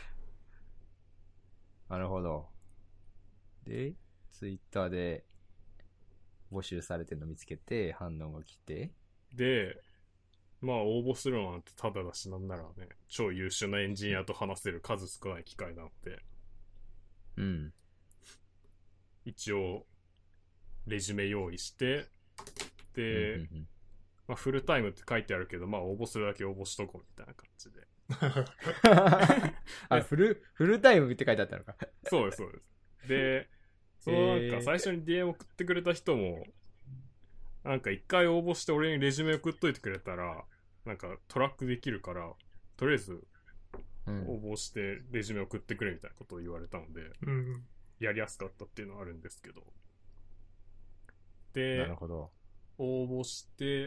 なるほど。で、ツイッターで募集されてるの見つけて、反応が来て。 で、まあ応募するのなんてただだし、なんならね、超優秀なエンジニアと話せる数少ない機会なので、 うん。 一応、レジュメ用意して、で、 うんうんうん、 まあ、フルタイムって書いてあるけど、まあ応募するだけ応募しとこうみたいな感じで。 あ、フルタイムって書いてあったのか。 そうです、そうです。で、そのなんか最初に DM 送ってくれた人も、なんか一回応募して俺にレジュメ送っといてくれたら、なんかトラックできるから、とりあえず応募してレジュメ送ってくれみたいなことを言われたので、 うん、 やりやすかったっていうのはあるんですけど。 なでる、ほど。 応募して、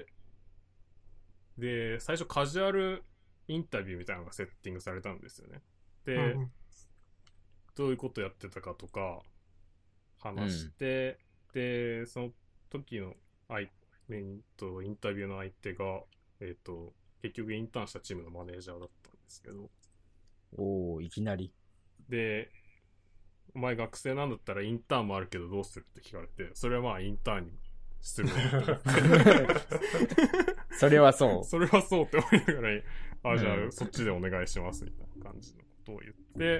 で、最初カジュアルインタビューみたいなのがセッティングされたんですよね。で、 うん、 どういうことやってたかとか話して、で、その時のインタビューの相手が、結局インターンしたチームのマネージャーだったんですけど、 おー、いきなり。 で、お前学生なんだったらインターンもあるけどどうするって聞かれて、それはまあインターンにするわと思ってそれはそう。 それはそうって思いながら、あ、じゃうんあそっちでお願いしますみたいな感じのことを言って、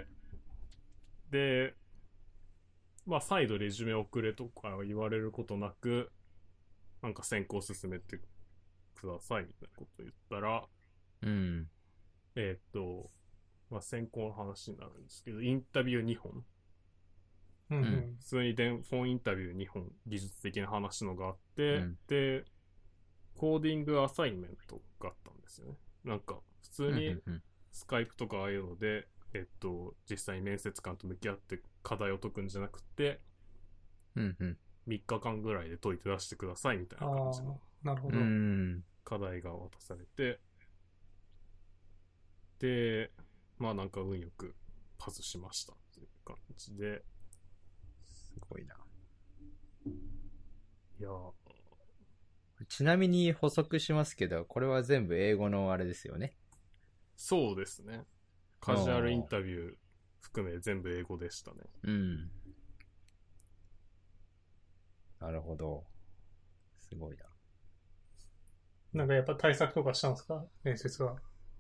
で、まあ再度レジュメ送れとか言われることなく、なんか選考進めてくださいみたいなことを言ったら、 うん。 まあ選考の話になるんですけど、インタビュー2本。 うん、うん。 普通にフォンインタビュー2本技術的な話のがあって、 うん、 で、コーディングアサインメントがあったんですよね。なんか、普通にスカイプとかああいうので、実際に面接官と向き合って課題を解くんじゃなくて、 うんうん。 3日間ぐらいで解いて出してくださいみたいな感じのなるほど。 課題が渡されて、で、まあなんか運よくパスしましたっていう感じで。 すごいな。 いやちなみに補足しますけど、これは全部英語のあれですよね。 そうですね。カジュアルインタビュー含め全部英語でしたね。 うん。なるほど。すごいな。 なんかやっぱ対策とかしたんですか、面接は。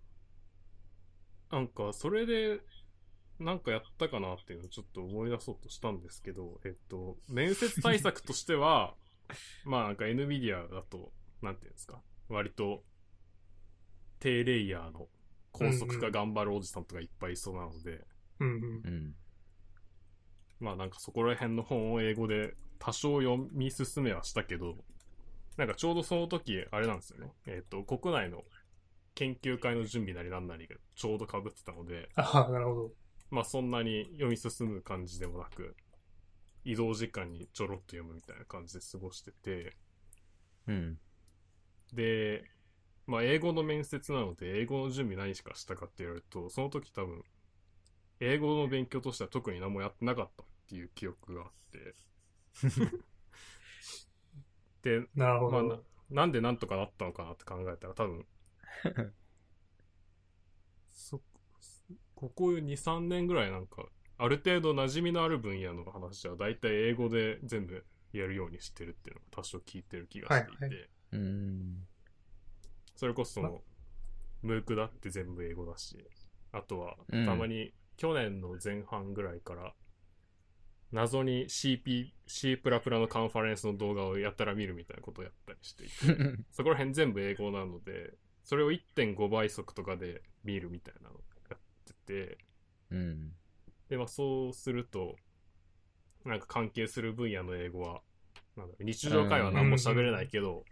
なんか、それで、なんかやったかなっていうのをちょっと思い出そうとしたんですけど、面接対策としては、まあなんか NVIDIA だと、なんていうんですか、割と、低レイヤーの高速化頑張るおじさんとかいっぱいいそうなので、 うん、うん。 うん。 まあなんかそこら辺の本を英語で多少読み進めはしたけど、なんかちょうどその時、あれなんですよね。国内の研究会の準備なりなんなりがちょうど被ってたので、 ああ、なるほど。 まあそんなに読み進む感じでもなく、移動時間にちょろっと読むみたいな感じで過ごしてて、 うん。 で、まあ英語の面接なので、英語の準備何しかしたかって言われると、その時多分、英語の勉強としては特に何もやってなかったっていう記憶があって、で、 なるほど。 まあなんでなんとかなったのかなって考えたら多分、ここ2、3年ぐらいなんか、ある程度馴染みのある分野の話は大体英語で全部やるようにしてるっていうのが多少聞いてる気がしていて、 はいはい、 うん。 それこそその、ムークだって全部英語だし、あとは、 うんたまに去年の前半ぐらいから、謎に C++ のカンファレンスの動画をやったら見るみたいなことをやったりしていて、そこら辺全部英語なので、それを 1.5 倍速とかで見るみたいなのをやってて、 うん。 で、まあそうすると、なんか関係する分野の英語は、なんだろう、日常会話何も喋れないけど、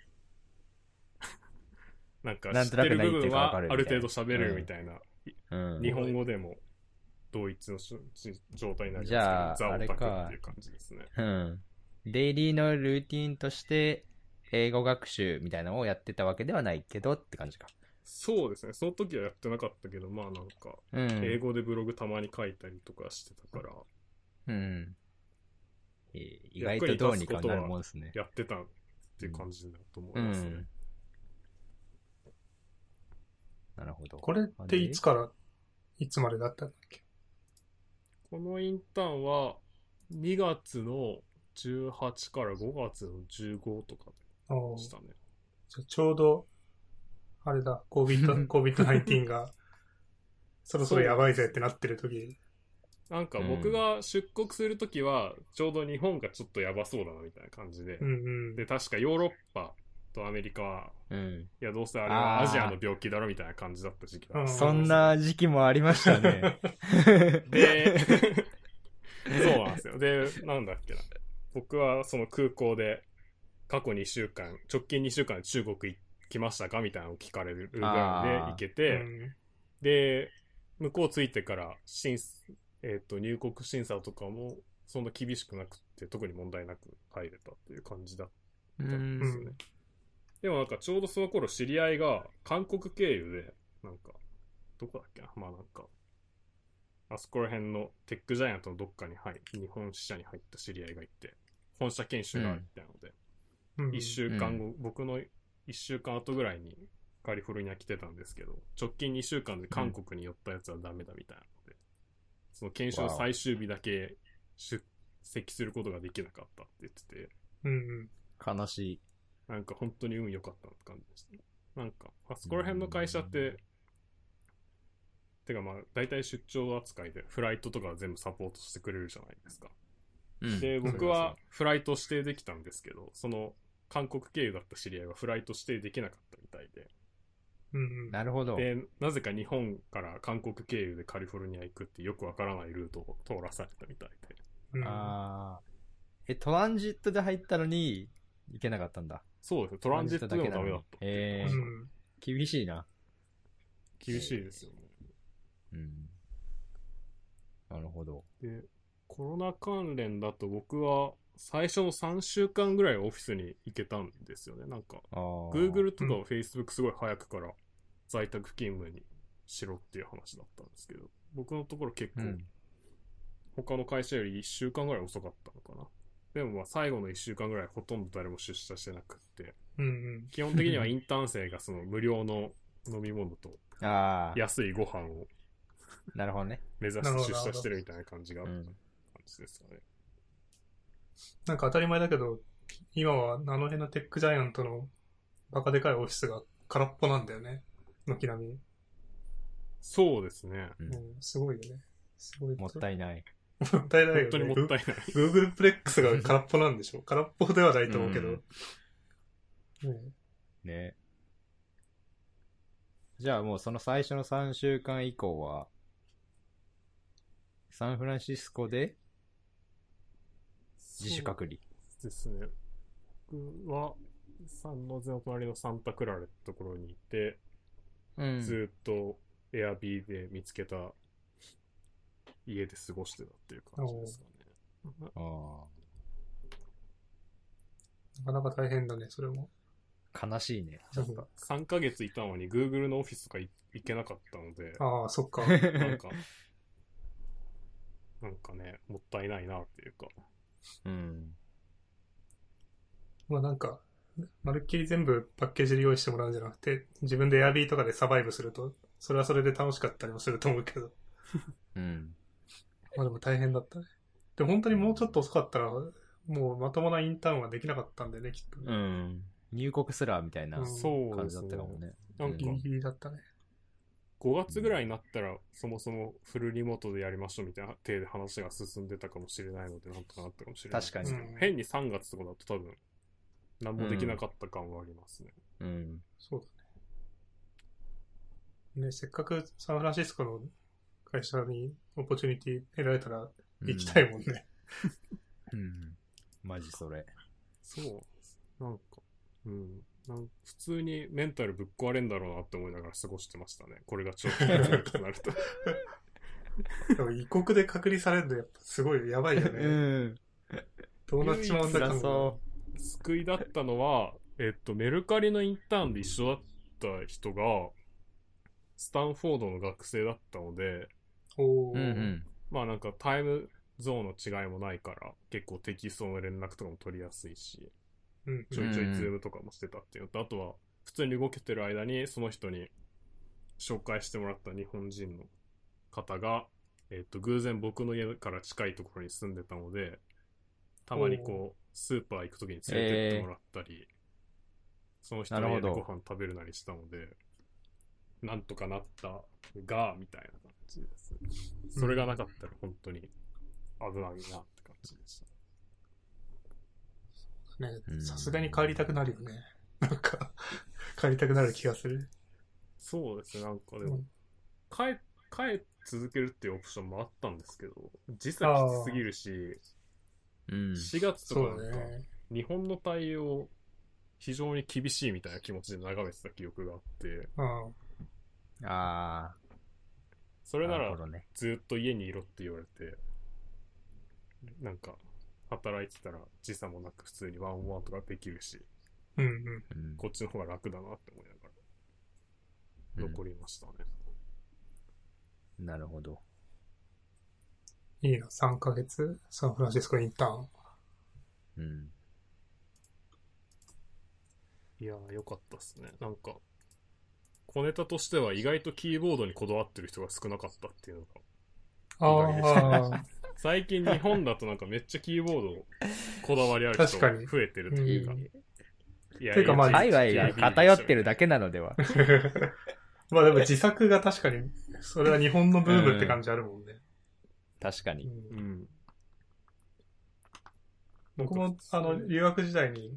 なんか知ってる部分はある程度喋れるみたいな、 うん。 日本語でも同一の状態になりますけど、 じゃあザオタクっあれかていう感じですね。 うん。デイリーのルーティンとして、英語学習みたいなのをやってたわけではないけどって感じか。 そうですね。その時はやってなかったけど、まあなんか、 うん。 英語でブログたまに書いたりとかしてたから、 うん。意外とどうにかなるもんですね。 やってたっていう感じだと思ういますね。 ん。なるほど。 これっていつからいつまでだったんだっけ？ このインターンは2月の18から5月の15とかでしたね。 じゃちょうど、あれだ、COVID-19 がそろそろやばいぜってなってる時。 なんか僕が出国するときは、ちょうど日本がちょっとやばそうだなみたいな感じで。 うんうん。 で、確かヨーロッパとアメリカは、 うん。 いやどうせあれはアジアの病気だろみたいな感じだった時期だった。 そんな時期もありましたね。 で、そうなんですよ。で、なんだっけな。僕はその空港で過去2週間、直近2週間で中国行きましたかみたいなのを聞かれるぐらいで行けて、で、向こう着いてから入国審査とかもそんな厳しくなくて、特に問題なく入れたっていう感じだったんですよね。でもなんかちょうどその頃知り合いが韓国経由で、なんか、どこだっけな、まあなんか、あそこら辺のテックジャイアントのどっかに日本支社に入った知り合いがいて、本社研修があるみたいなので、1週間後、僕の1週間後ぐらいにカリフォルニア来てたんですけど、直近2週間で韓国に寄ったやつはダメだみたいなので、その研修の最終日だけ出席することができなかったって言ってて、 悲しい。 なんか本当に運良かったって感じでしたね。なんか、あそこら辺の会社って、てかまあ、大体出張扱いで、フライトとかは全部サポートしてくれるじゃないですか。で、僕はフライト指定できたんですけど、その韓国経由だった知り合いはフライト指定できなかったみたいで。 なるほど。 で、なぜか日本から韓国経由でカリフォルニア行くってよくわからないルートを通らされたみたいで。トランジットで入ったのに行けなかったんだ。 そうですね。トランジットでもダメだった。 厳しいな。 厳しいですよね。 なるほど。 で、コロナ関連だと僕は最初の3週間ぐらいオフィスに行けたんですよね。なんか、Google とか Facebook すごい早くから在宅勤務にしろっていう話だったんですけど、僕のところ結構、他の会社より1週間ぐらい遅かったのかな。でもまあ最後の1週間ぐらいほとんど誰も出社してなくって、基本的にはインターン生がその無料の飲み物と安いご飯をなるほどね。 目指して出社してるみたいな感じがあった感じですかね。 なんか当たり前だけど、今はあの辺のテックジャイアントのバカでかいオフィスが空っぽなんだよね。軒並み。 そうですね。 すごいよね。すごい。 もったいない。 もったいないよね。 本当にもったいない。 Google プレックスが空っぽなんでしょ。空っぽではないと思うけど。 ね。じゃあもうその最初の3週間以降は、サンフランシスコで自主隔離ですね。僕はサンノゼの隣のサンタクラレってところにいて、ずっとエアビーで見つけた家で過ごしてたっていう感じですかね。 なかなか大変だね、それも。 悲しいね。 なんか3ヶ月いたのに Google のオフィスとか行けなかったので、 そっか。 なんかね、もったいないなっていうか。 まあなんか、まるっきり全部パッケージで用意してもらうんじゃなくて、自分で Airb とかでサバイブすると、それはそれで楽しかったりもすると思うけど。まあでも大変だったね。でも本当にもうちょっと遅かったら、もうまともなインターンはできなかったんだよね、きっと、ね。 入国すらみたいな感じだったかもね。 なんかギリギリだったね。 5月ぐらいになったら、そもそもフルリモートでやりましょうみたいな手で話が進んでたかもしれないので、なんとかなったかもしれない。 確かに。 変に3月とかだと多分、何もできなかった感はありますね。 そうだね。ね、せっかくサンフランシスコの会社にオポチュニティ得られたら行きたいもんね。 マジそれ。 そうなんか、普通にメンタルぶっ壊れんだろうなって思いながら過ごしてましたね。これが長期間となると。 でも異国で隔離されるのやっぱすごいやばいよね。どうなっちまうんだかも。 救いだったのは、メルカリのインターンで一緒だった人が、 スタンフォードの学生だったので、 おー。 うんうん。 まあなんかタイムゾーンの違いもないから、結構テキストの連絡とかも取りやすいし、 うんちょいちょいズームとかもしてたっていうのと、あとは普通に動けてる間にその人に紹介してもらった日本人の方が、偶然僕の家から近いところに住んでたので、たまにこう、スーパー行くときに連れてってもらったり、その人の家でご飯食べるなりしたので、なんとかなったが、みたいな感じです。それがなかったら本当に危ないなって感じでした。 ね、さすがに帰りたくなるよね。なんか、帰りたくなる気がする。 そうですね、なんかでも、帰続けるっていうオプションもあったんですけど、時差きつすぎるし、4月とかなんか、日本の対応、非常に厳しいみたいな気持ちで眺めてた記憶があって、それならずっと家にいろって言われて、なんか働いてたら時差もなく普通にワンオンワンとかできるし、こっちの方が楽だなって思いながら残りましたね。 なるほど。 いいな、3ヶ月サンフランシスコインターン。 いやーよかったっすね。なんか小ネタとしては意外とキーボードにこだわってる人が少なかったっていうのが意外でした。最近日本だとなんかめっちゃキーボードこだわりある人が増えてるというか。 いや、まあ海外が偏ってるだけなのでは。 まあでも自作が確かに、それは日本のブームって感じあるもんね。 確かに。 僕も、留学時代に、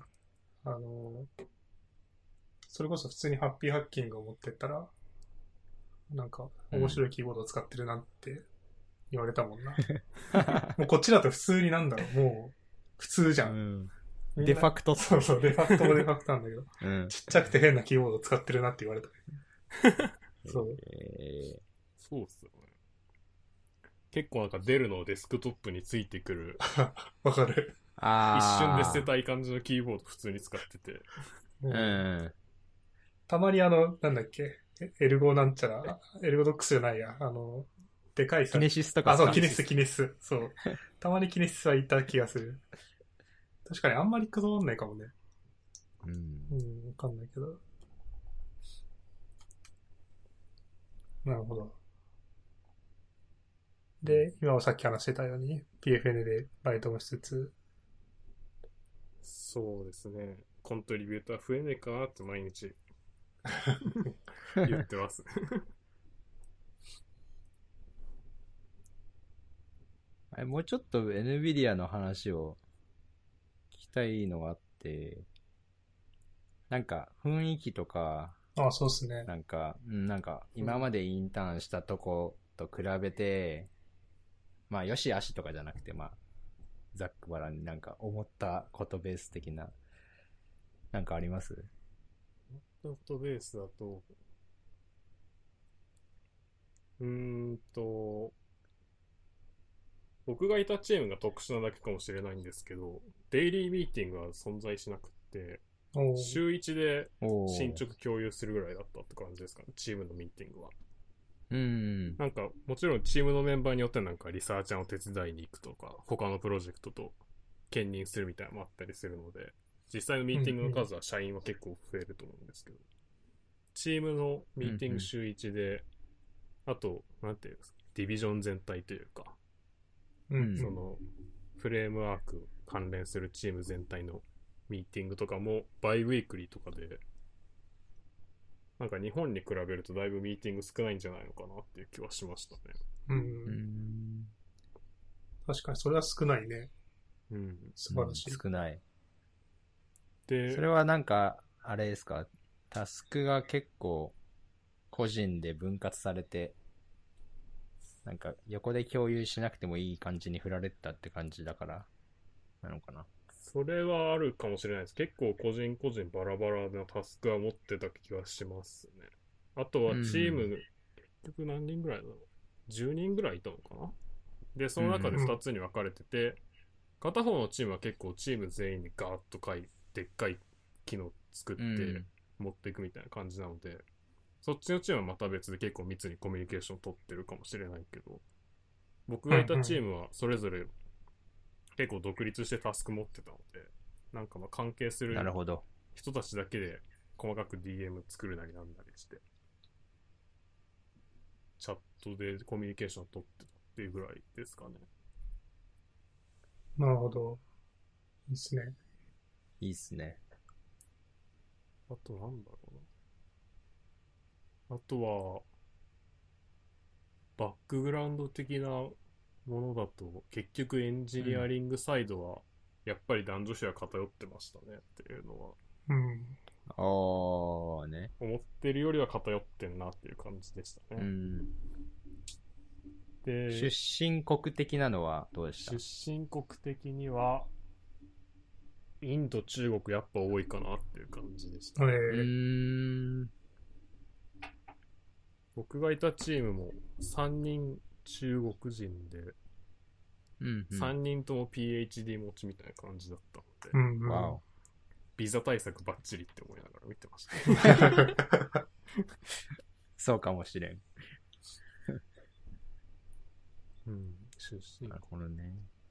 それこそ普通にハッピーハッキングを持ってったら、なんか、面白いキーボードを使ってるなって言われたもんな。もうこっちだと普通になんだろう、もう、普通じゃん。 デファクト。 そうそう、デファクトもデファクトなんだけど、ちっちゃくて変なキーボードを使ってるなって言われた。そう。 そうっすよね。結構なんかデルのデスクトップについてくる。 わかる。 一瞬で捨てたい感じのキーボード普通に使ってて。 たまになんだっけ、エルゴなんちゃら、エルゴドックスじゃないや、でかいさ。 キネシスとか。 あ、そう、キネス。そう。たまにキネシスはいた気がする。確かにあんまりこだわんないかもね。わかんないけど。なるほど。で、今はさっき話してたように、PFN でバイトもしつつ。 そうですね。コントリビューター増えねえかなって毎日言ってます。 もうちょっと NVIDIA の話を聞きたいのがあって、なんか雰囲気とか、 そうっすね。 なんか今までインターンしたとこと比べて、まあよしあしとかじゃなくて、まあざっくばらんになんか思ったことベース的な、なんかあります？ ことベースだと、僕がいたチームが特殊なだけかもしれないんですけど、デイリーミーティングは存在しなくて、週1で進捗共有するぐらいだったって感じですかね、チームのミーティングは。なんか、もちろんチームのメンバーによってなんかリサーチャーを手伝いに行くとか、他のプロジェクトと兼任するみたいなのもあったりするので、実際のミーティングの数は社員は結構増えると思うんですけど、チームのミーティング週1で、あと、なんていうんですか、ディビジョン全体というか、その、フレームワーク関連するチーム全体のミーティングとかもバイウィークリーとかで、なんか日本に比べるとだいぶミーティング少ないんじゃないのかなっていう気はしましたね。 確かにそれは少ないね。素晴らしい。 少ない。 で、 それはなんか、あれですか、タスクが結構個人で分割されて、なんか横で共有しなくてもいい感じに振られてたって感じだからなのかな。 それはあるかもしれないです。結構個人個人バラバラなタスクは持ってた気がしますね。あとはチーム、結局何人ぐらいだろう。10人ぐらいいたのかな。で、その中で2つに分かれてて、片方のチームは結構チーム全員でガーッとでっかい機能作って持っていくみたいな感じなので、 そっちのチームはまた別で結構密にコミュニケーション取ってるかもしれないけど、僕がいたチームはそれぞれ結構独立してタスク持ってたので、なんかまあ関係するなるほど。 人たちだけで細かく DM 作るなりなんなりして、チャットでコミュニケーション取ってたっていうぐらいですかね。 なるほど。いいっすね。 いいっすね。 あとなんだろうな。あとは、バックグラウンド的なものだと、結局エンジニアリングサイドは、やっぱり男女比は偏ってましたねっていうのは、 うん。 ね。 思ってるよりは偏ってんなっていう感じでしたね。 うん。 で、 出身国的なのはどうでした？ 出身国的には、インド、中国やっぱ多いかなっていう感じでしたね。僕がいたチームも3人中国人で、 うんうん。 3人とも PhD 持ちみたいな感じだったので、 うんうん。 わお。 ビザ対策バッチリって思いながら見てました。 そうかもしれん。 うん、出身なるほどね。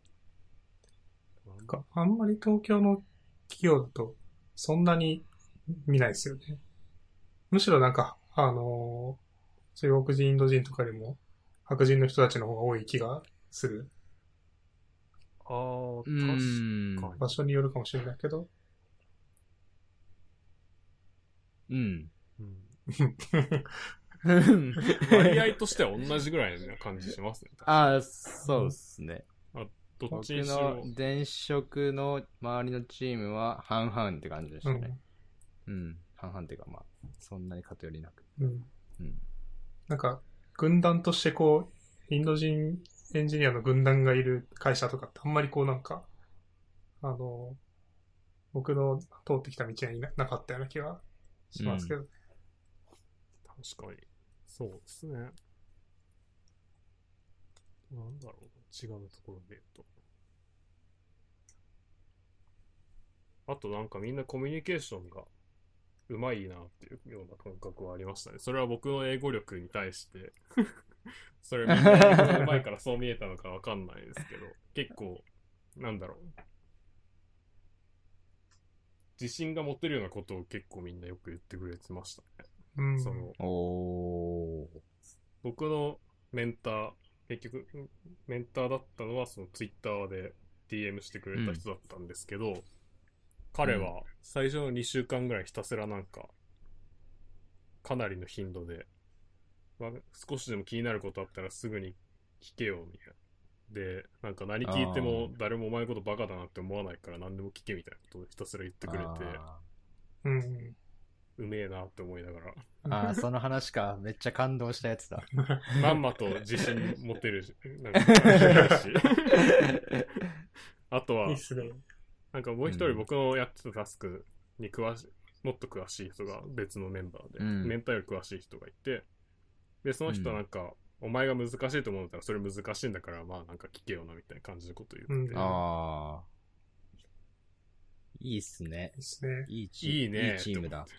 なんかあんまり東京の企業だとそんなに見ないですよね。むしろなんか、中国人、インド人とかよりも白人の人たちの方が多い気がする。 ああ、確かに。 場所によるかもしれないけど。 うん。 割合としては同じぐらいな感じしますね。 ああ、そうですね。 どっ僕ちにしろ。 の前職の周りのチームは半々って感じでしたね。半々っていうかまあ、そんなに偏りなく。 なんか、軍団としてこう、インド人エンジニアの軍団がいる会社とかってあんまりこうなんか、僕の通ってきた道になかったような気がしますけど。 確かに。そうですね。なんだろう。違うところで言うと。あとなんかみんなコミュニケーションがうまいなっていうような感覚はありましたね。それは僕の英語力に対してそれみんな英語がうまいからそう見えたのかわかんないですけど、結構、なんだろう。自信が持てるようなことを結構みんなよく言ってくれてましたね。その僕のメンター、結局、メンターだったのはそのツイッターで DM してくれた人だったんですけど、彼は最初の2週間ぐらいひたすらなんか、かなりの頻度で、まあ、少しでも気になることあったらすぐに聞けよ、みたいな。で、なんか何聞いても誰もお前のことバカだなって思わないから何でも聞けみたいなことをひたすら言ってくれて、うめえなって思いながら。その話か。めっちゃ感動したやつだ。 まんまと自信持てるし、なんかしあとは、 いいっすね。 なんかもう一人僕のやってたタスクにもっと詳しい人が別のメンバーで、メンターより詳しい人がいて、で、その人はなんか、お前が難しいと思うんだったらそれ難しいんだからまあなんか聞けよなみたいな感じのこと言ってて、 いいっすね。 いいっすね。 いいチームだ。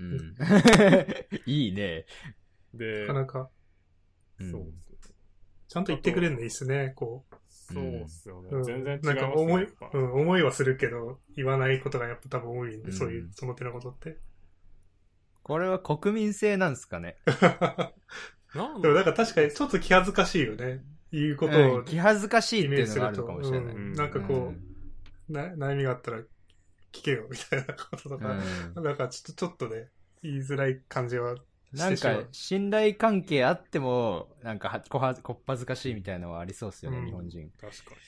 いいね。 で、 なかなか、 そう、 ちゃんと言ってくれるのいいっすね、こう。 そうっすよね。全然違いますね。 なんか思いはするけど、言わないことがやっぱ多分多いんで、そういう、その手のことって。 これは国民性なんですかね。 でもなんか確かにちょっと気恥ずかしいよね。いうことを、 気恥ずかしいっていうのがあるのかもしれない。 なんかこう、悩みがあったら聞けよみたいなこととか、なんかちょっとね、言いづらい感じはなんか信頼関係あってもなんかこっぱずかしいみたいなのはありそうですよね、日本人。 確かに。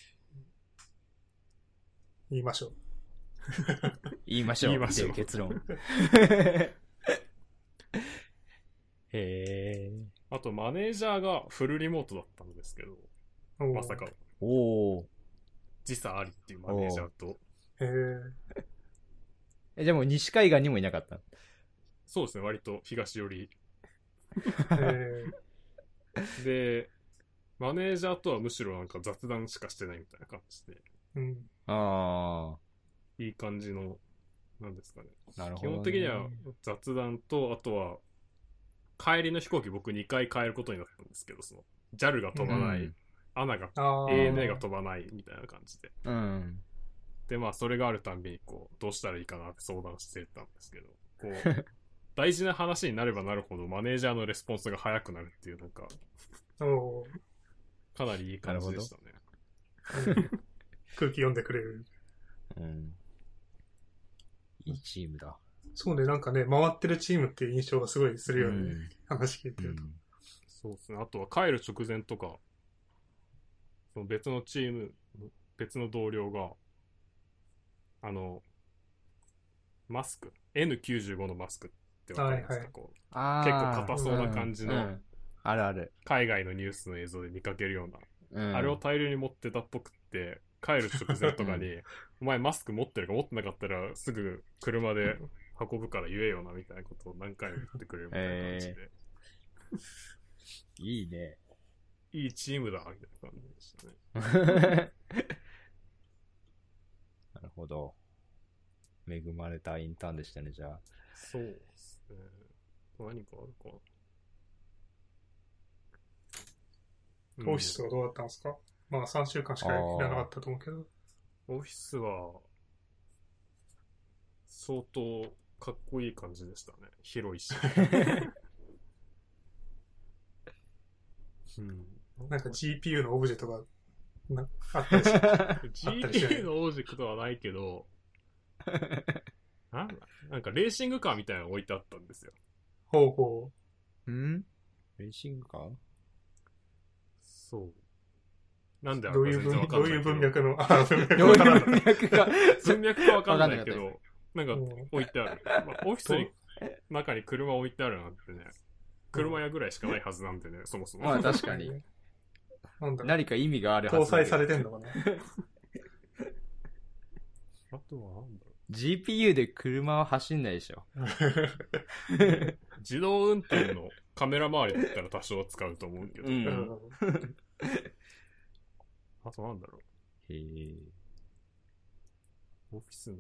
言いましょう。 言いましょうっていう結論。へー。 あとマネージャーがフルリモートだったんですけど、まさか時差ありっていうマネージャーと。 じゃあもう西海岸にもいなかった？ そうですね、割と東寄り。で、マネージャーとはむしろなんか雑談しかしてないみたいな感じで。いい感じの、なんですかね。 なるほどね。 基本的には雑談と、あとは帰りの飛行機僕2回帰ることになったんですけど、その JAL が飛ばない、 うん ANA が、 あ ANA が飛ばないみたいな感じで。 うん。 で、まあ、それがあるたんびに、こう、どうしたらいいかなって相談してたんですけど、こう、大事な話になればなるほど、マネージャーのレスポンスが早くなるっていう、なんか、 おかなりいい感じでしたね。 空気読んでくれる。 うん。いいチームだ。 そうね、なんかね、回ってるチームっていう印象がすごいするよね。 うん話聞いてると。 そうですね。あとは帰る直前とか、その別のチーム、別の同僚が、マスク、N95 のマスクってわかりますか、 はいはいこうあ結構硬そうな感じの、 うんあるある。 海外のニュースの映像で見かけるような、 うん、 あれを大量に持ってたっぽくって、帰る直前とかに、お前マスク持ってるか持ってなかったらすぐ車で運ぶから言えよなみたいなことを何回も言ってくれるみたいな感じで、 いいね。 いいチームだみたいな感じでしたね。 なるほど。恵まれたインターンでしたね、じゃあ。 そうですね。何かあるか。 オフィスはどうだったんですか？まあ3週間しかいらなかったと思うけど。 オフィスは、相当かっこいい感じでしたね。広いし。うん、 なんか GPU のオブジェとかあったりし GPU のオブジェクトはないけど、なんかレーシングカーみたいなの置いてあったんですよ。 ほうほんレーシングカーそう。なんであう。 るか全然わかんないけど。 どういう文脈の、 どういう文脈が文脈かわかんないけわかんど、なんか置いてある。まあ、オフィスに中に車置いてあるなんてね、車屋ぐらいしかないはずなんでね、そもそも。 まあ確かに。 なんだろう、 何か意味があるはず搭載されてんのかな。 あとはなんだろ GPU で車は走んないでしょ。 う。自動運転のカメラ周りだったら多少は使うと思うけど。 うんあとなんだろへえ。 う。オフィスね。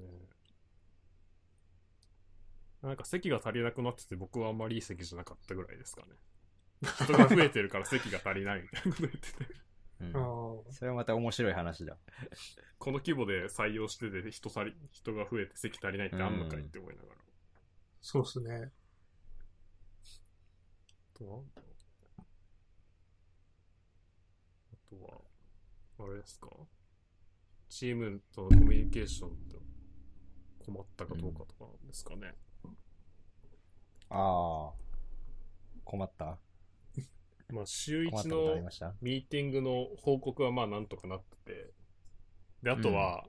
なんか席が足りなくなってて僕はあんまりいい席じゃなかったぐらいですかね。人が増えてるから席が足りないみたいなこと言ってて。 うんあーそれはまた面白い話だ。 この規模で採用してて人が増えて席足りないってあんのかいって思いながら。 そうっすね。 あとなんだろう。あとは、あれですか、チームとのコミュニケーションって困ったかどうかとかなんですかね。 ああ。困ったまあ、週1 困ったことありのましたミーティングの報告はまあなんとかなってて、で、あとは、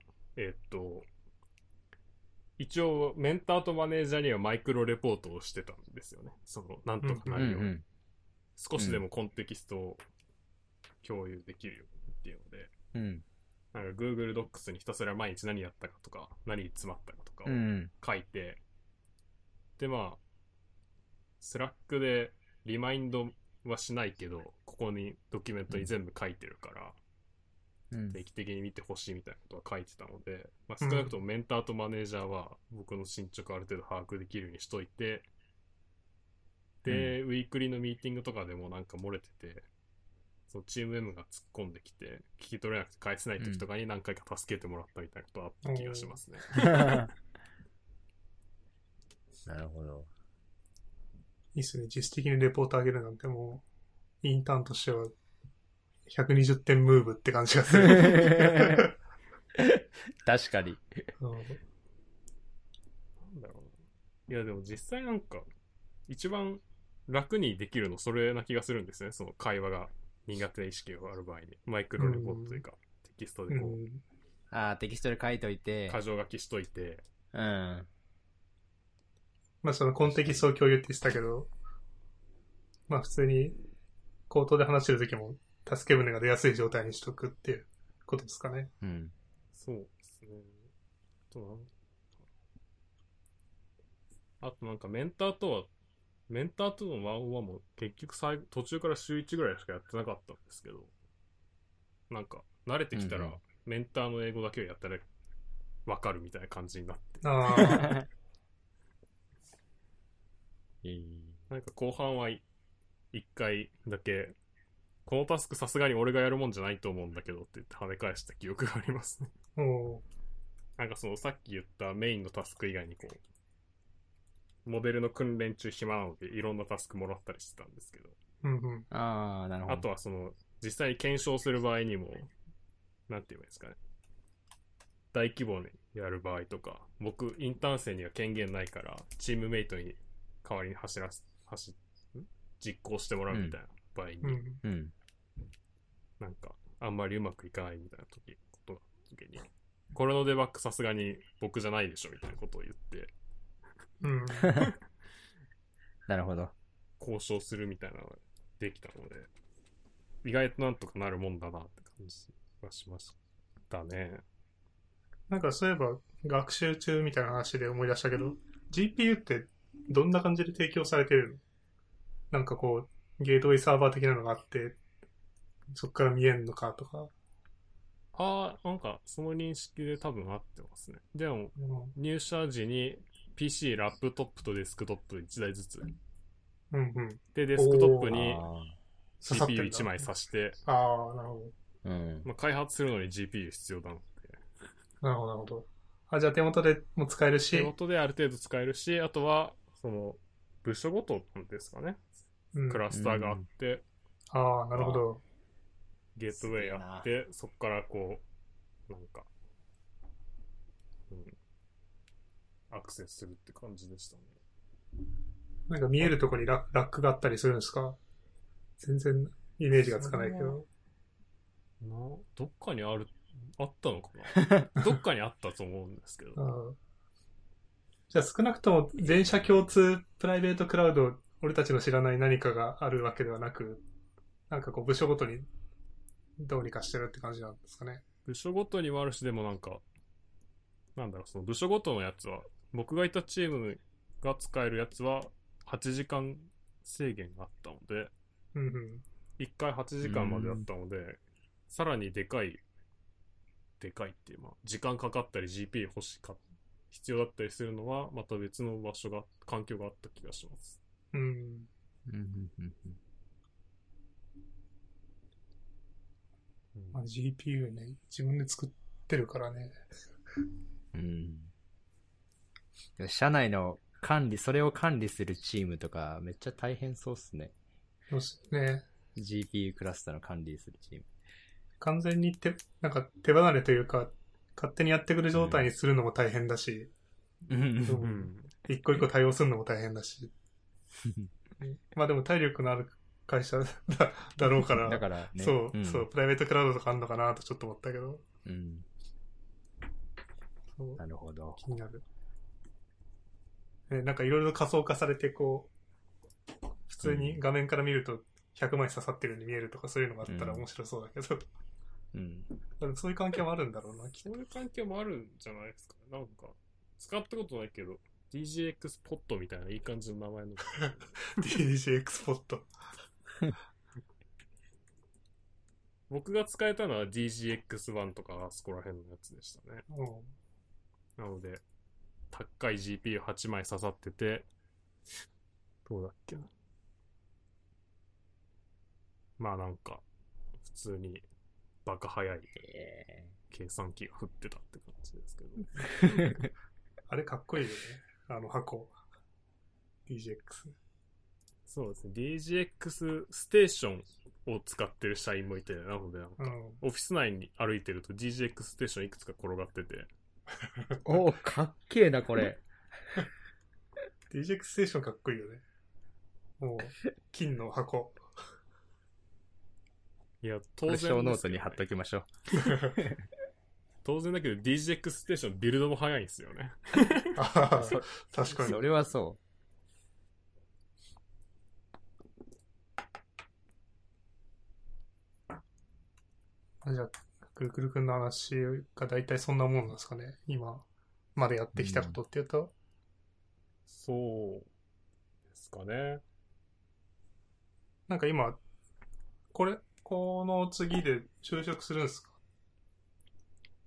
一応メンターとマネージャーにはマイクロレポートをしてたんですよね。その、なんとかなるように。少しでもコンテキストを共有できるようにっていうので、 うん。 なんか Google Docs にひたすら毎日何やったかとか、何に詰まったかとかをうん。 書いて、でまあ、スラックでリマインドはしないけど、ここにドキュメントに全部書いてるから、 うん。 定期的に見てほしいみたいなことは書いてたので、まあ、少なくともメンターとマネージャーは僕の進捗ある程度把握できるようにしといて、で、ウィークリーのミーティングとかでもなんか漏れてて、そのチーム M が突っ込んできて、聞き取れなくて返せない時とかに何回か助けてもらったみたいなことあった気がしますね。 なるほど。 いいっすね。実質的にレポート上げるなんてもう、インターンとしては、120点ムーブって感じがする。 確かに。 なんだろうな。いやでも実際なんか、一番楽にできるのそれな気がするんですね。その会話が苦手な意識がある場合に。マイクロレポートというか、テキストでこう、 ああ、テキストで書いといて。 箇条書きしといて。 うん。 まあそのコンテキストを共有って言ってたけど、まあ普通に口頭で話してる時も助け舟が出やすい状態にしとくっていうことですかね。 うん。 そうですね。あとなんかメンターとのワンオンワンも結局途中から週1ぐらいしかやってなかったんですけど、なんか慣れてきたらメンターの英語だけをやったらわかるみたいな感じになって。 ああ。 なんか後半は一回だけ、このタスクさすがに俺がやるもんじゃないと思うんだけどって言って跳ね返した記憶がありますね。 おーなんかそのさっき言ったメインのタスク以外にこう、モデルの訓練中暇なのでいろんなタスクもらったりしてたんですけど、 うんうん。 ああ、なるほど。 あとはその、実際に検証する場合にも、なんて言えばいいんですかね。大規模にやる場合とか、僕、インターン生には権限ないから、チームメイトに代わりに実行してもらうみたいな場合に、 うん。 うん。 なんか、あんまりうまくいかないみたいなことがあった時に、これのデバッグさすがに僕じゃないでしょみたいなことを言って、 うん。 なるほど。 交渉するみたいなのができたので、意外となんとかなるもんだなって感じがしましたね。 なんかそういえば学習中みたいな話で思い出したけど、GPU ってどんな感じで提供されてるの？なんかこう、ゲートウェイサーバー的なのがあって、そこから見えるのかとか。 なんかその認識で多分合ってますね。でも、 うん入社時に PC、ラップトップとデスクトップ1台ずつ。 うんうん。 で、デスクトップにあ刺さってんだ CPU1 枚挿して、 ああ、なるほあ。うん。 まあ、開発するのに GPU 必要なので、 ど。なるほど、なるほど。あ、じゃあ手元でも使えるし、 手元である程度使えるし、あとは、その、部署ごとなんですかね。 うんクラスターがあって、 ああ、なるほど。 ゲートウェイあって、そこからこう、なんか、アクセスするって感じでしたね。 なんか見えるところにラックがあったりするんですか？全然イメージがつかないけど。 どっかにあったのかなどっかにあったと思うんですけど。 ああじゃあ少なくとも全社共通プライベートクラウド、俺たちの知らない何かがあるわけではなく、なんかこう部署ごとにどうにかしてるって感じなんですかね。 部署ごとにもあるし、でもなんか、なんだろう、その部署ごとのやつは、僕がいたチームが使えるやつは、8時間制限があったので、 うんうん。 1回8時間までだったので、さらにでかいっていう、まあ、時間かかったり GP 必要だったりするのは、また別の環境があった気がします。 うん。 うんうんうんまあ、GPU ね、自分で作ってるからね。 うんうん。社内のそれを管理するチームとかめっちゃ大変そうっすね。 そうっすね。 GPU クラスターの管理するチーム。 完全になんか手離れというか、勝手にやってくる状態にするのも大変だし、 うんうんうん。 一個一個対応するのも大変だし。まあでも体力のある会社だろうから、 だからね。 そう、 んそう、プライベートクラウドとかあるのかなとちょっと思ったけど、 うん。 そうなるほど。 気になる。なんかいろいろ仮想化されて、こう、普通に画面から見ると100枚刺さってるように見えるとかそういうのがあったら面白そうだけど、 うん。 でもそういう関係もあるんだろうな、きっそういう環境もあるんじゃないですか。なんか、使ったことないけど、DGX ポットみたいないい感じの名前の。 と。DJX ポット。 僕が使えたのは DGX1 とかあそこら辺のやつでしたね。なので、高い GPU8 枚刺さってて、どうだっけな。まあなんか、普通にバカ速い計算機が振ってたって感じですけど。 あれかっこいいよね。あの箱。DJX。 そうですね。DGX ステーションを使ってる社員もいて、なのでなんか、オフィス内に歩いてると DGX ステーションいくつか転がってて。 おー、かっけえな、これ。 DJX ステーションかっこいいよね。もう、金の箱。 いや、 こ当然ですよね。 れ小ノートに貼っときましょう。 当然だけど DGX ステーションビルドも早いんですよね。 ああ、確かに。 それはそじゃあ、くるくるくんの話が大体そんなもんなんですかね。今までやってきたことっていうと。 そうですかね。 なんか今、この次で就職するんですか？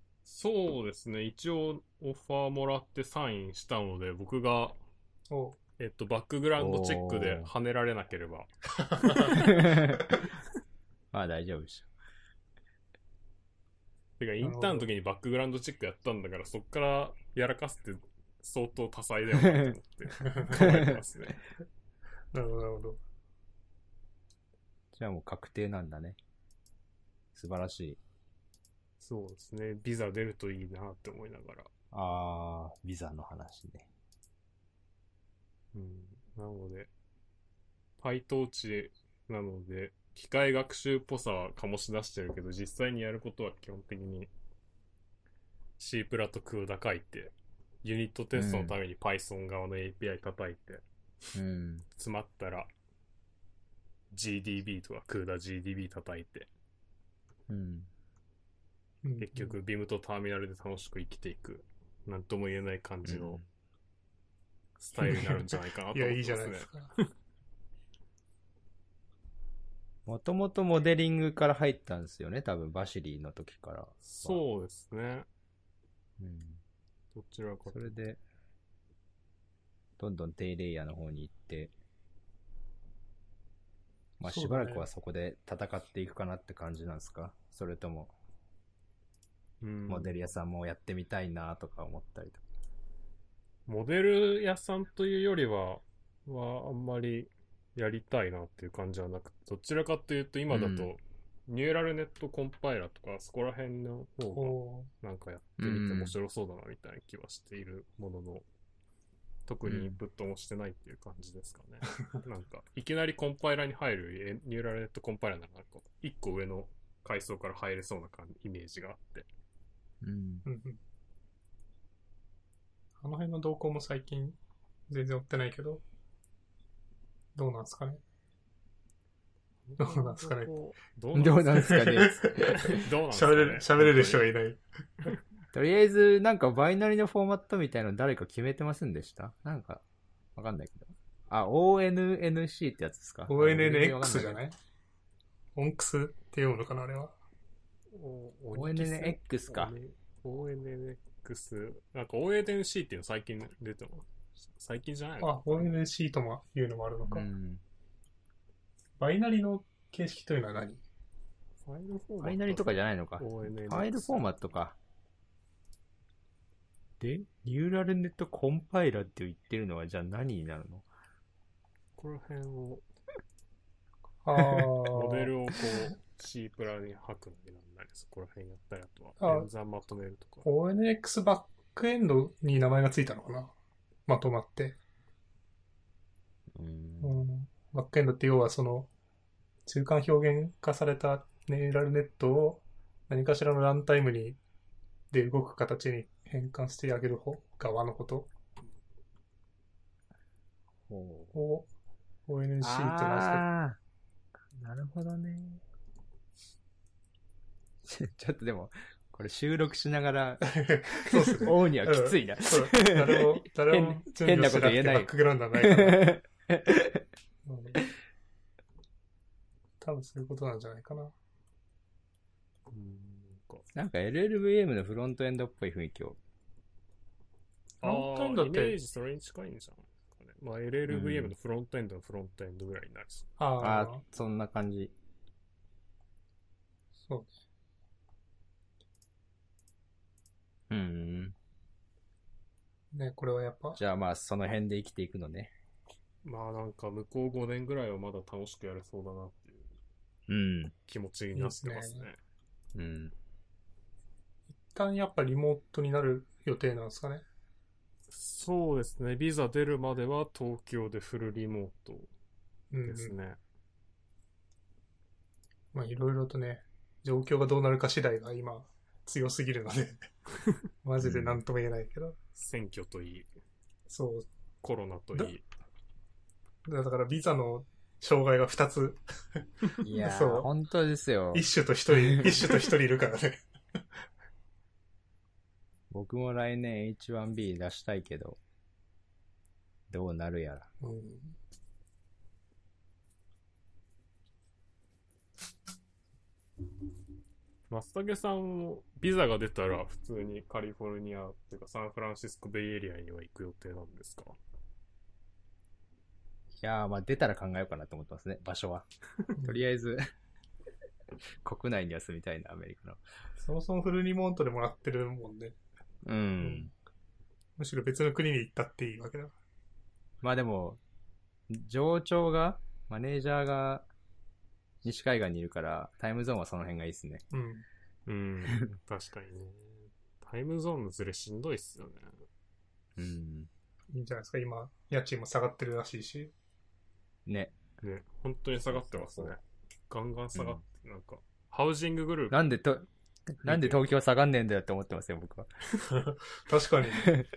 そうですね。一応オファーもらってサインしたので、僕がおバックグラウンドチェックで跳ねられなければ。 まあ大丈夫でしょ。 てか、インターンの時にバックグラウンドチェックやったんだから、そっからやらかすって相当多彩だよなと思って考えてますね。 なるほど、なるほど。 じゃあもう確定なんだね。素晴らしい。 そうですね。ビザ出るといいなって思いながら。 ビザの話ね。 うん。なので、PyTorch なので、機械学習っぽさは醸し出してるけど、実際にやることは基本的に C プラと CUDA 書いて、ユニットテストのために Python 側の API 叩いて、 うん。 詰まったら GDB とか CUDA-GDB 叩いて、 うん。 結局 Vim とターミナルで楽しく生きていく、なんとも言えない感じのスタイルになるんじゃないかなと思ってますね。 いや、いいじゃないですか。 もともとモデリングから入ったんですよね。多分バシリーの時から。 そうですね。 うん。 どちらかと。 それで、どんどん低レイヤーの方に行って、まあしばらくはそこで戦っていくかなって感じなんですか？それとも、モデル屋さんもやってみたいなとか思ったりとか。 モデル屋さんというよりはあんまりやりたいなっていう感じはなく、どちらかというと今だと、ニューラルネットコンパイラーとかそこら辺の方がなんかやってみて面白そうだなみたいな気はしているものの、特にインプットもしてないっていう感じですかね。なんかいきなりコンパイラーに入るニューラルネットコンパイラーなんか1個上の階層から入れそうなイメージがあって。 あの辺の動向も最近全然追ってないけど、どうなんすかね。どうなんすかね。 どうなんすかね。 喋れる人がいない。 とりあえず、なんかバイナリのフォーマットみたいなの誰か決めてませんでした？なんか、わかんないけど。ONNC ってやつですか？ ONNX じゃない？オンクスって読むのかな、あれは。 ONNX か。 ONNX。なんか ONNC っていうの最近出てます。最近じゃないの？ ONNC ともいうのもあるのか。バイナリの形式というのは何？ バイナリとかじゃないのか。ファイルフォーマットか。で、ニューラルネットコンパイラーって言ってるのはじゃあ何になるの？ この辺を、 モモデルをこう C プラに吐くのになんなり、そこら辺やったり、あとは演算まとめるとか。 ONX バックエンドに名前がついたのかな、まとまって。バックエンドって要はその中間表現化されたニューラルネットを何かしらのランタイムにで動く形に変換してあげる方側のことを ONC って名付けて。 なるほどね。ちょっとでもこれ収録しながらそうですね。 オーにはきついな。 誰も変なこと言えない。 バックグラウンドはないから多分そういうことなんじゃないかな。 なんか LLVM のフロントエンドっぽい雰囲気を。 フロントエンドってイメージそれに近いんじゃないですかね。まあ LLVM のフロントエンドのフロントエンドぐらいになりそう。 そんな感じ。 そうね、これはやっぱ。 じゃあまあその辺で生きていくのね。 まあなんか向こう5年ぐらいはまだ楽しくやれそうだなっていう気持ちになってますね。 一旦やっぱリモートになる予定なんですかね。 そうですね。ビザ出るまでは東京でフルリモートですね。 まあいろいろとね、状況がどうなるか次第が今強すぎるのでマジで何とも言えないけど、 選挙といい、 そうコロナといい、 だからビザの障害が2ついやー本当ですよ。 一種と一人いるからね僕も来年 H1B 出したいけどどうなるやら。 松竹さんもビザが出たら普通にカリフォルニアっていうかサンフランシスコベイエリアには行く予定なんですか？ やー、まあ出たら考えようかなと思ってますね、場所は。とりあえず、国内には住みたいな、アメリカの。 そもそもフルリモートでもらってるもんね。 うん。 むしろ別の国に行ったっていいわけだかまあでも、上長が、マネージャーが西海岸にいるから、タイムゾーンはその辺がいいですね。 ら。 確かにね。タイムゾーンのズレしんどいっすよね。 うん。 いいんじゃないですか。今、家賃も下がってるらしいし。 ね。 ね、本当に下がってますね。 そうガンガン下がって、なんか、ハウジンググループ。 なんで東京下がんねえんだよって思ってますよ、僕は。 確かに。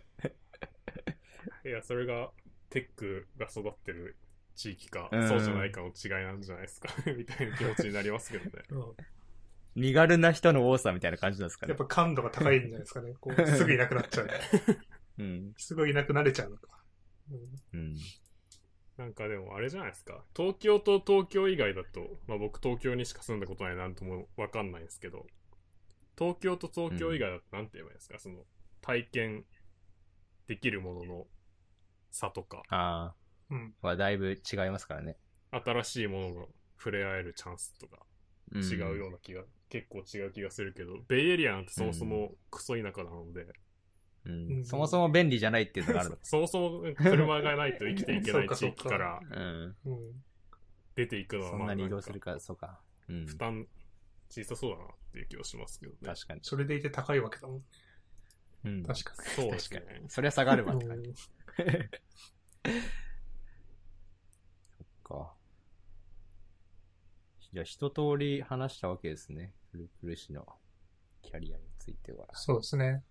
いや、それが、テックが育ってる地域か、 うんそうじゃないかの違いなんじゃないですか。みたいな気持ちになりますけどね。 身軽な人の多さみたいな感じなんですかね。 やっぱ感度が高いんじゃないですかね。こう、すぐいなくなっちゃう。 うん。 すぐいなくなれちゃうのか。 うん。 なんかでもあれじゃないですか。東京と東京以外だと、まあ僕東京にしか住んだことないなんともわかんないんですけど、東京と東京以外だとなんて言えばいいですか、その体験できるものの差とか、 ああ。はだいぶ違いますからね。 新しいものの触れ合えるチャンスとかうん、 違うような気が、結構違う気がするけど、ベイエリアなんてそもそもクソ田舎なので、 うん。そもそも便利じゃないっていうのがあるの。 そもそも車がないと生きていけない地域からうん。 出ていくのはそんなに移動するか、そうか。うん。 負担小さそうだなっていう気はしますけどね。 確かに。 それでいて高いわけだもん。 うん。 確かに。 そうですね。 確かに。そりゃ下がるわって感じ。そっか。じゃあ一通り話したわけですね。プルプル氏のキャリアについては。 そうですね。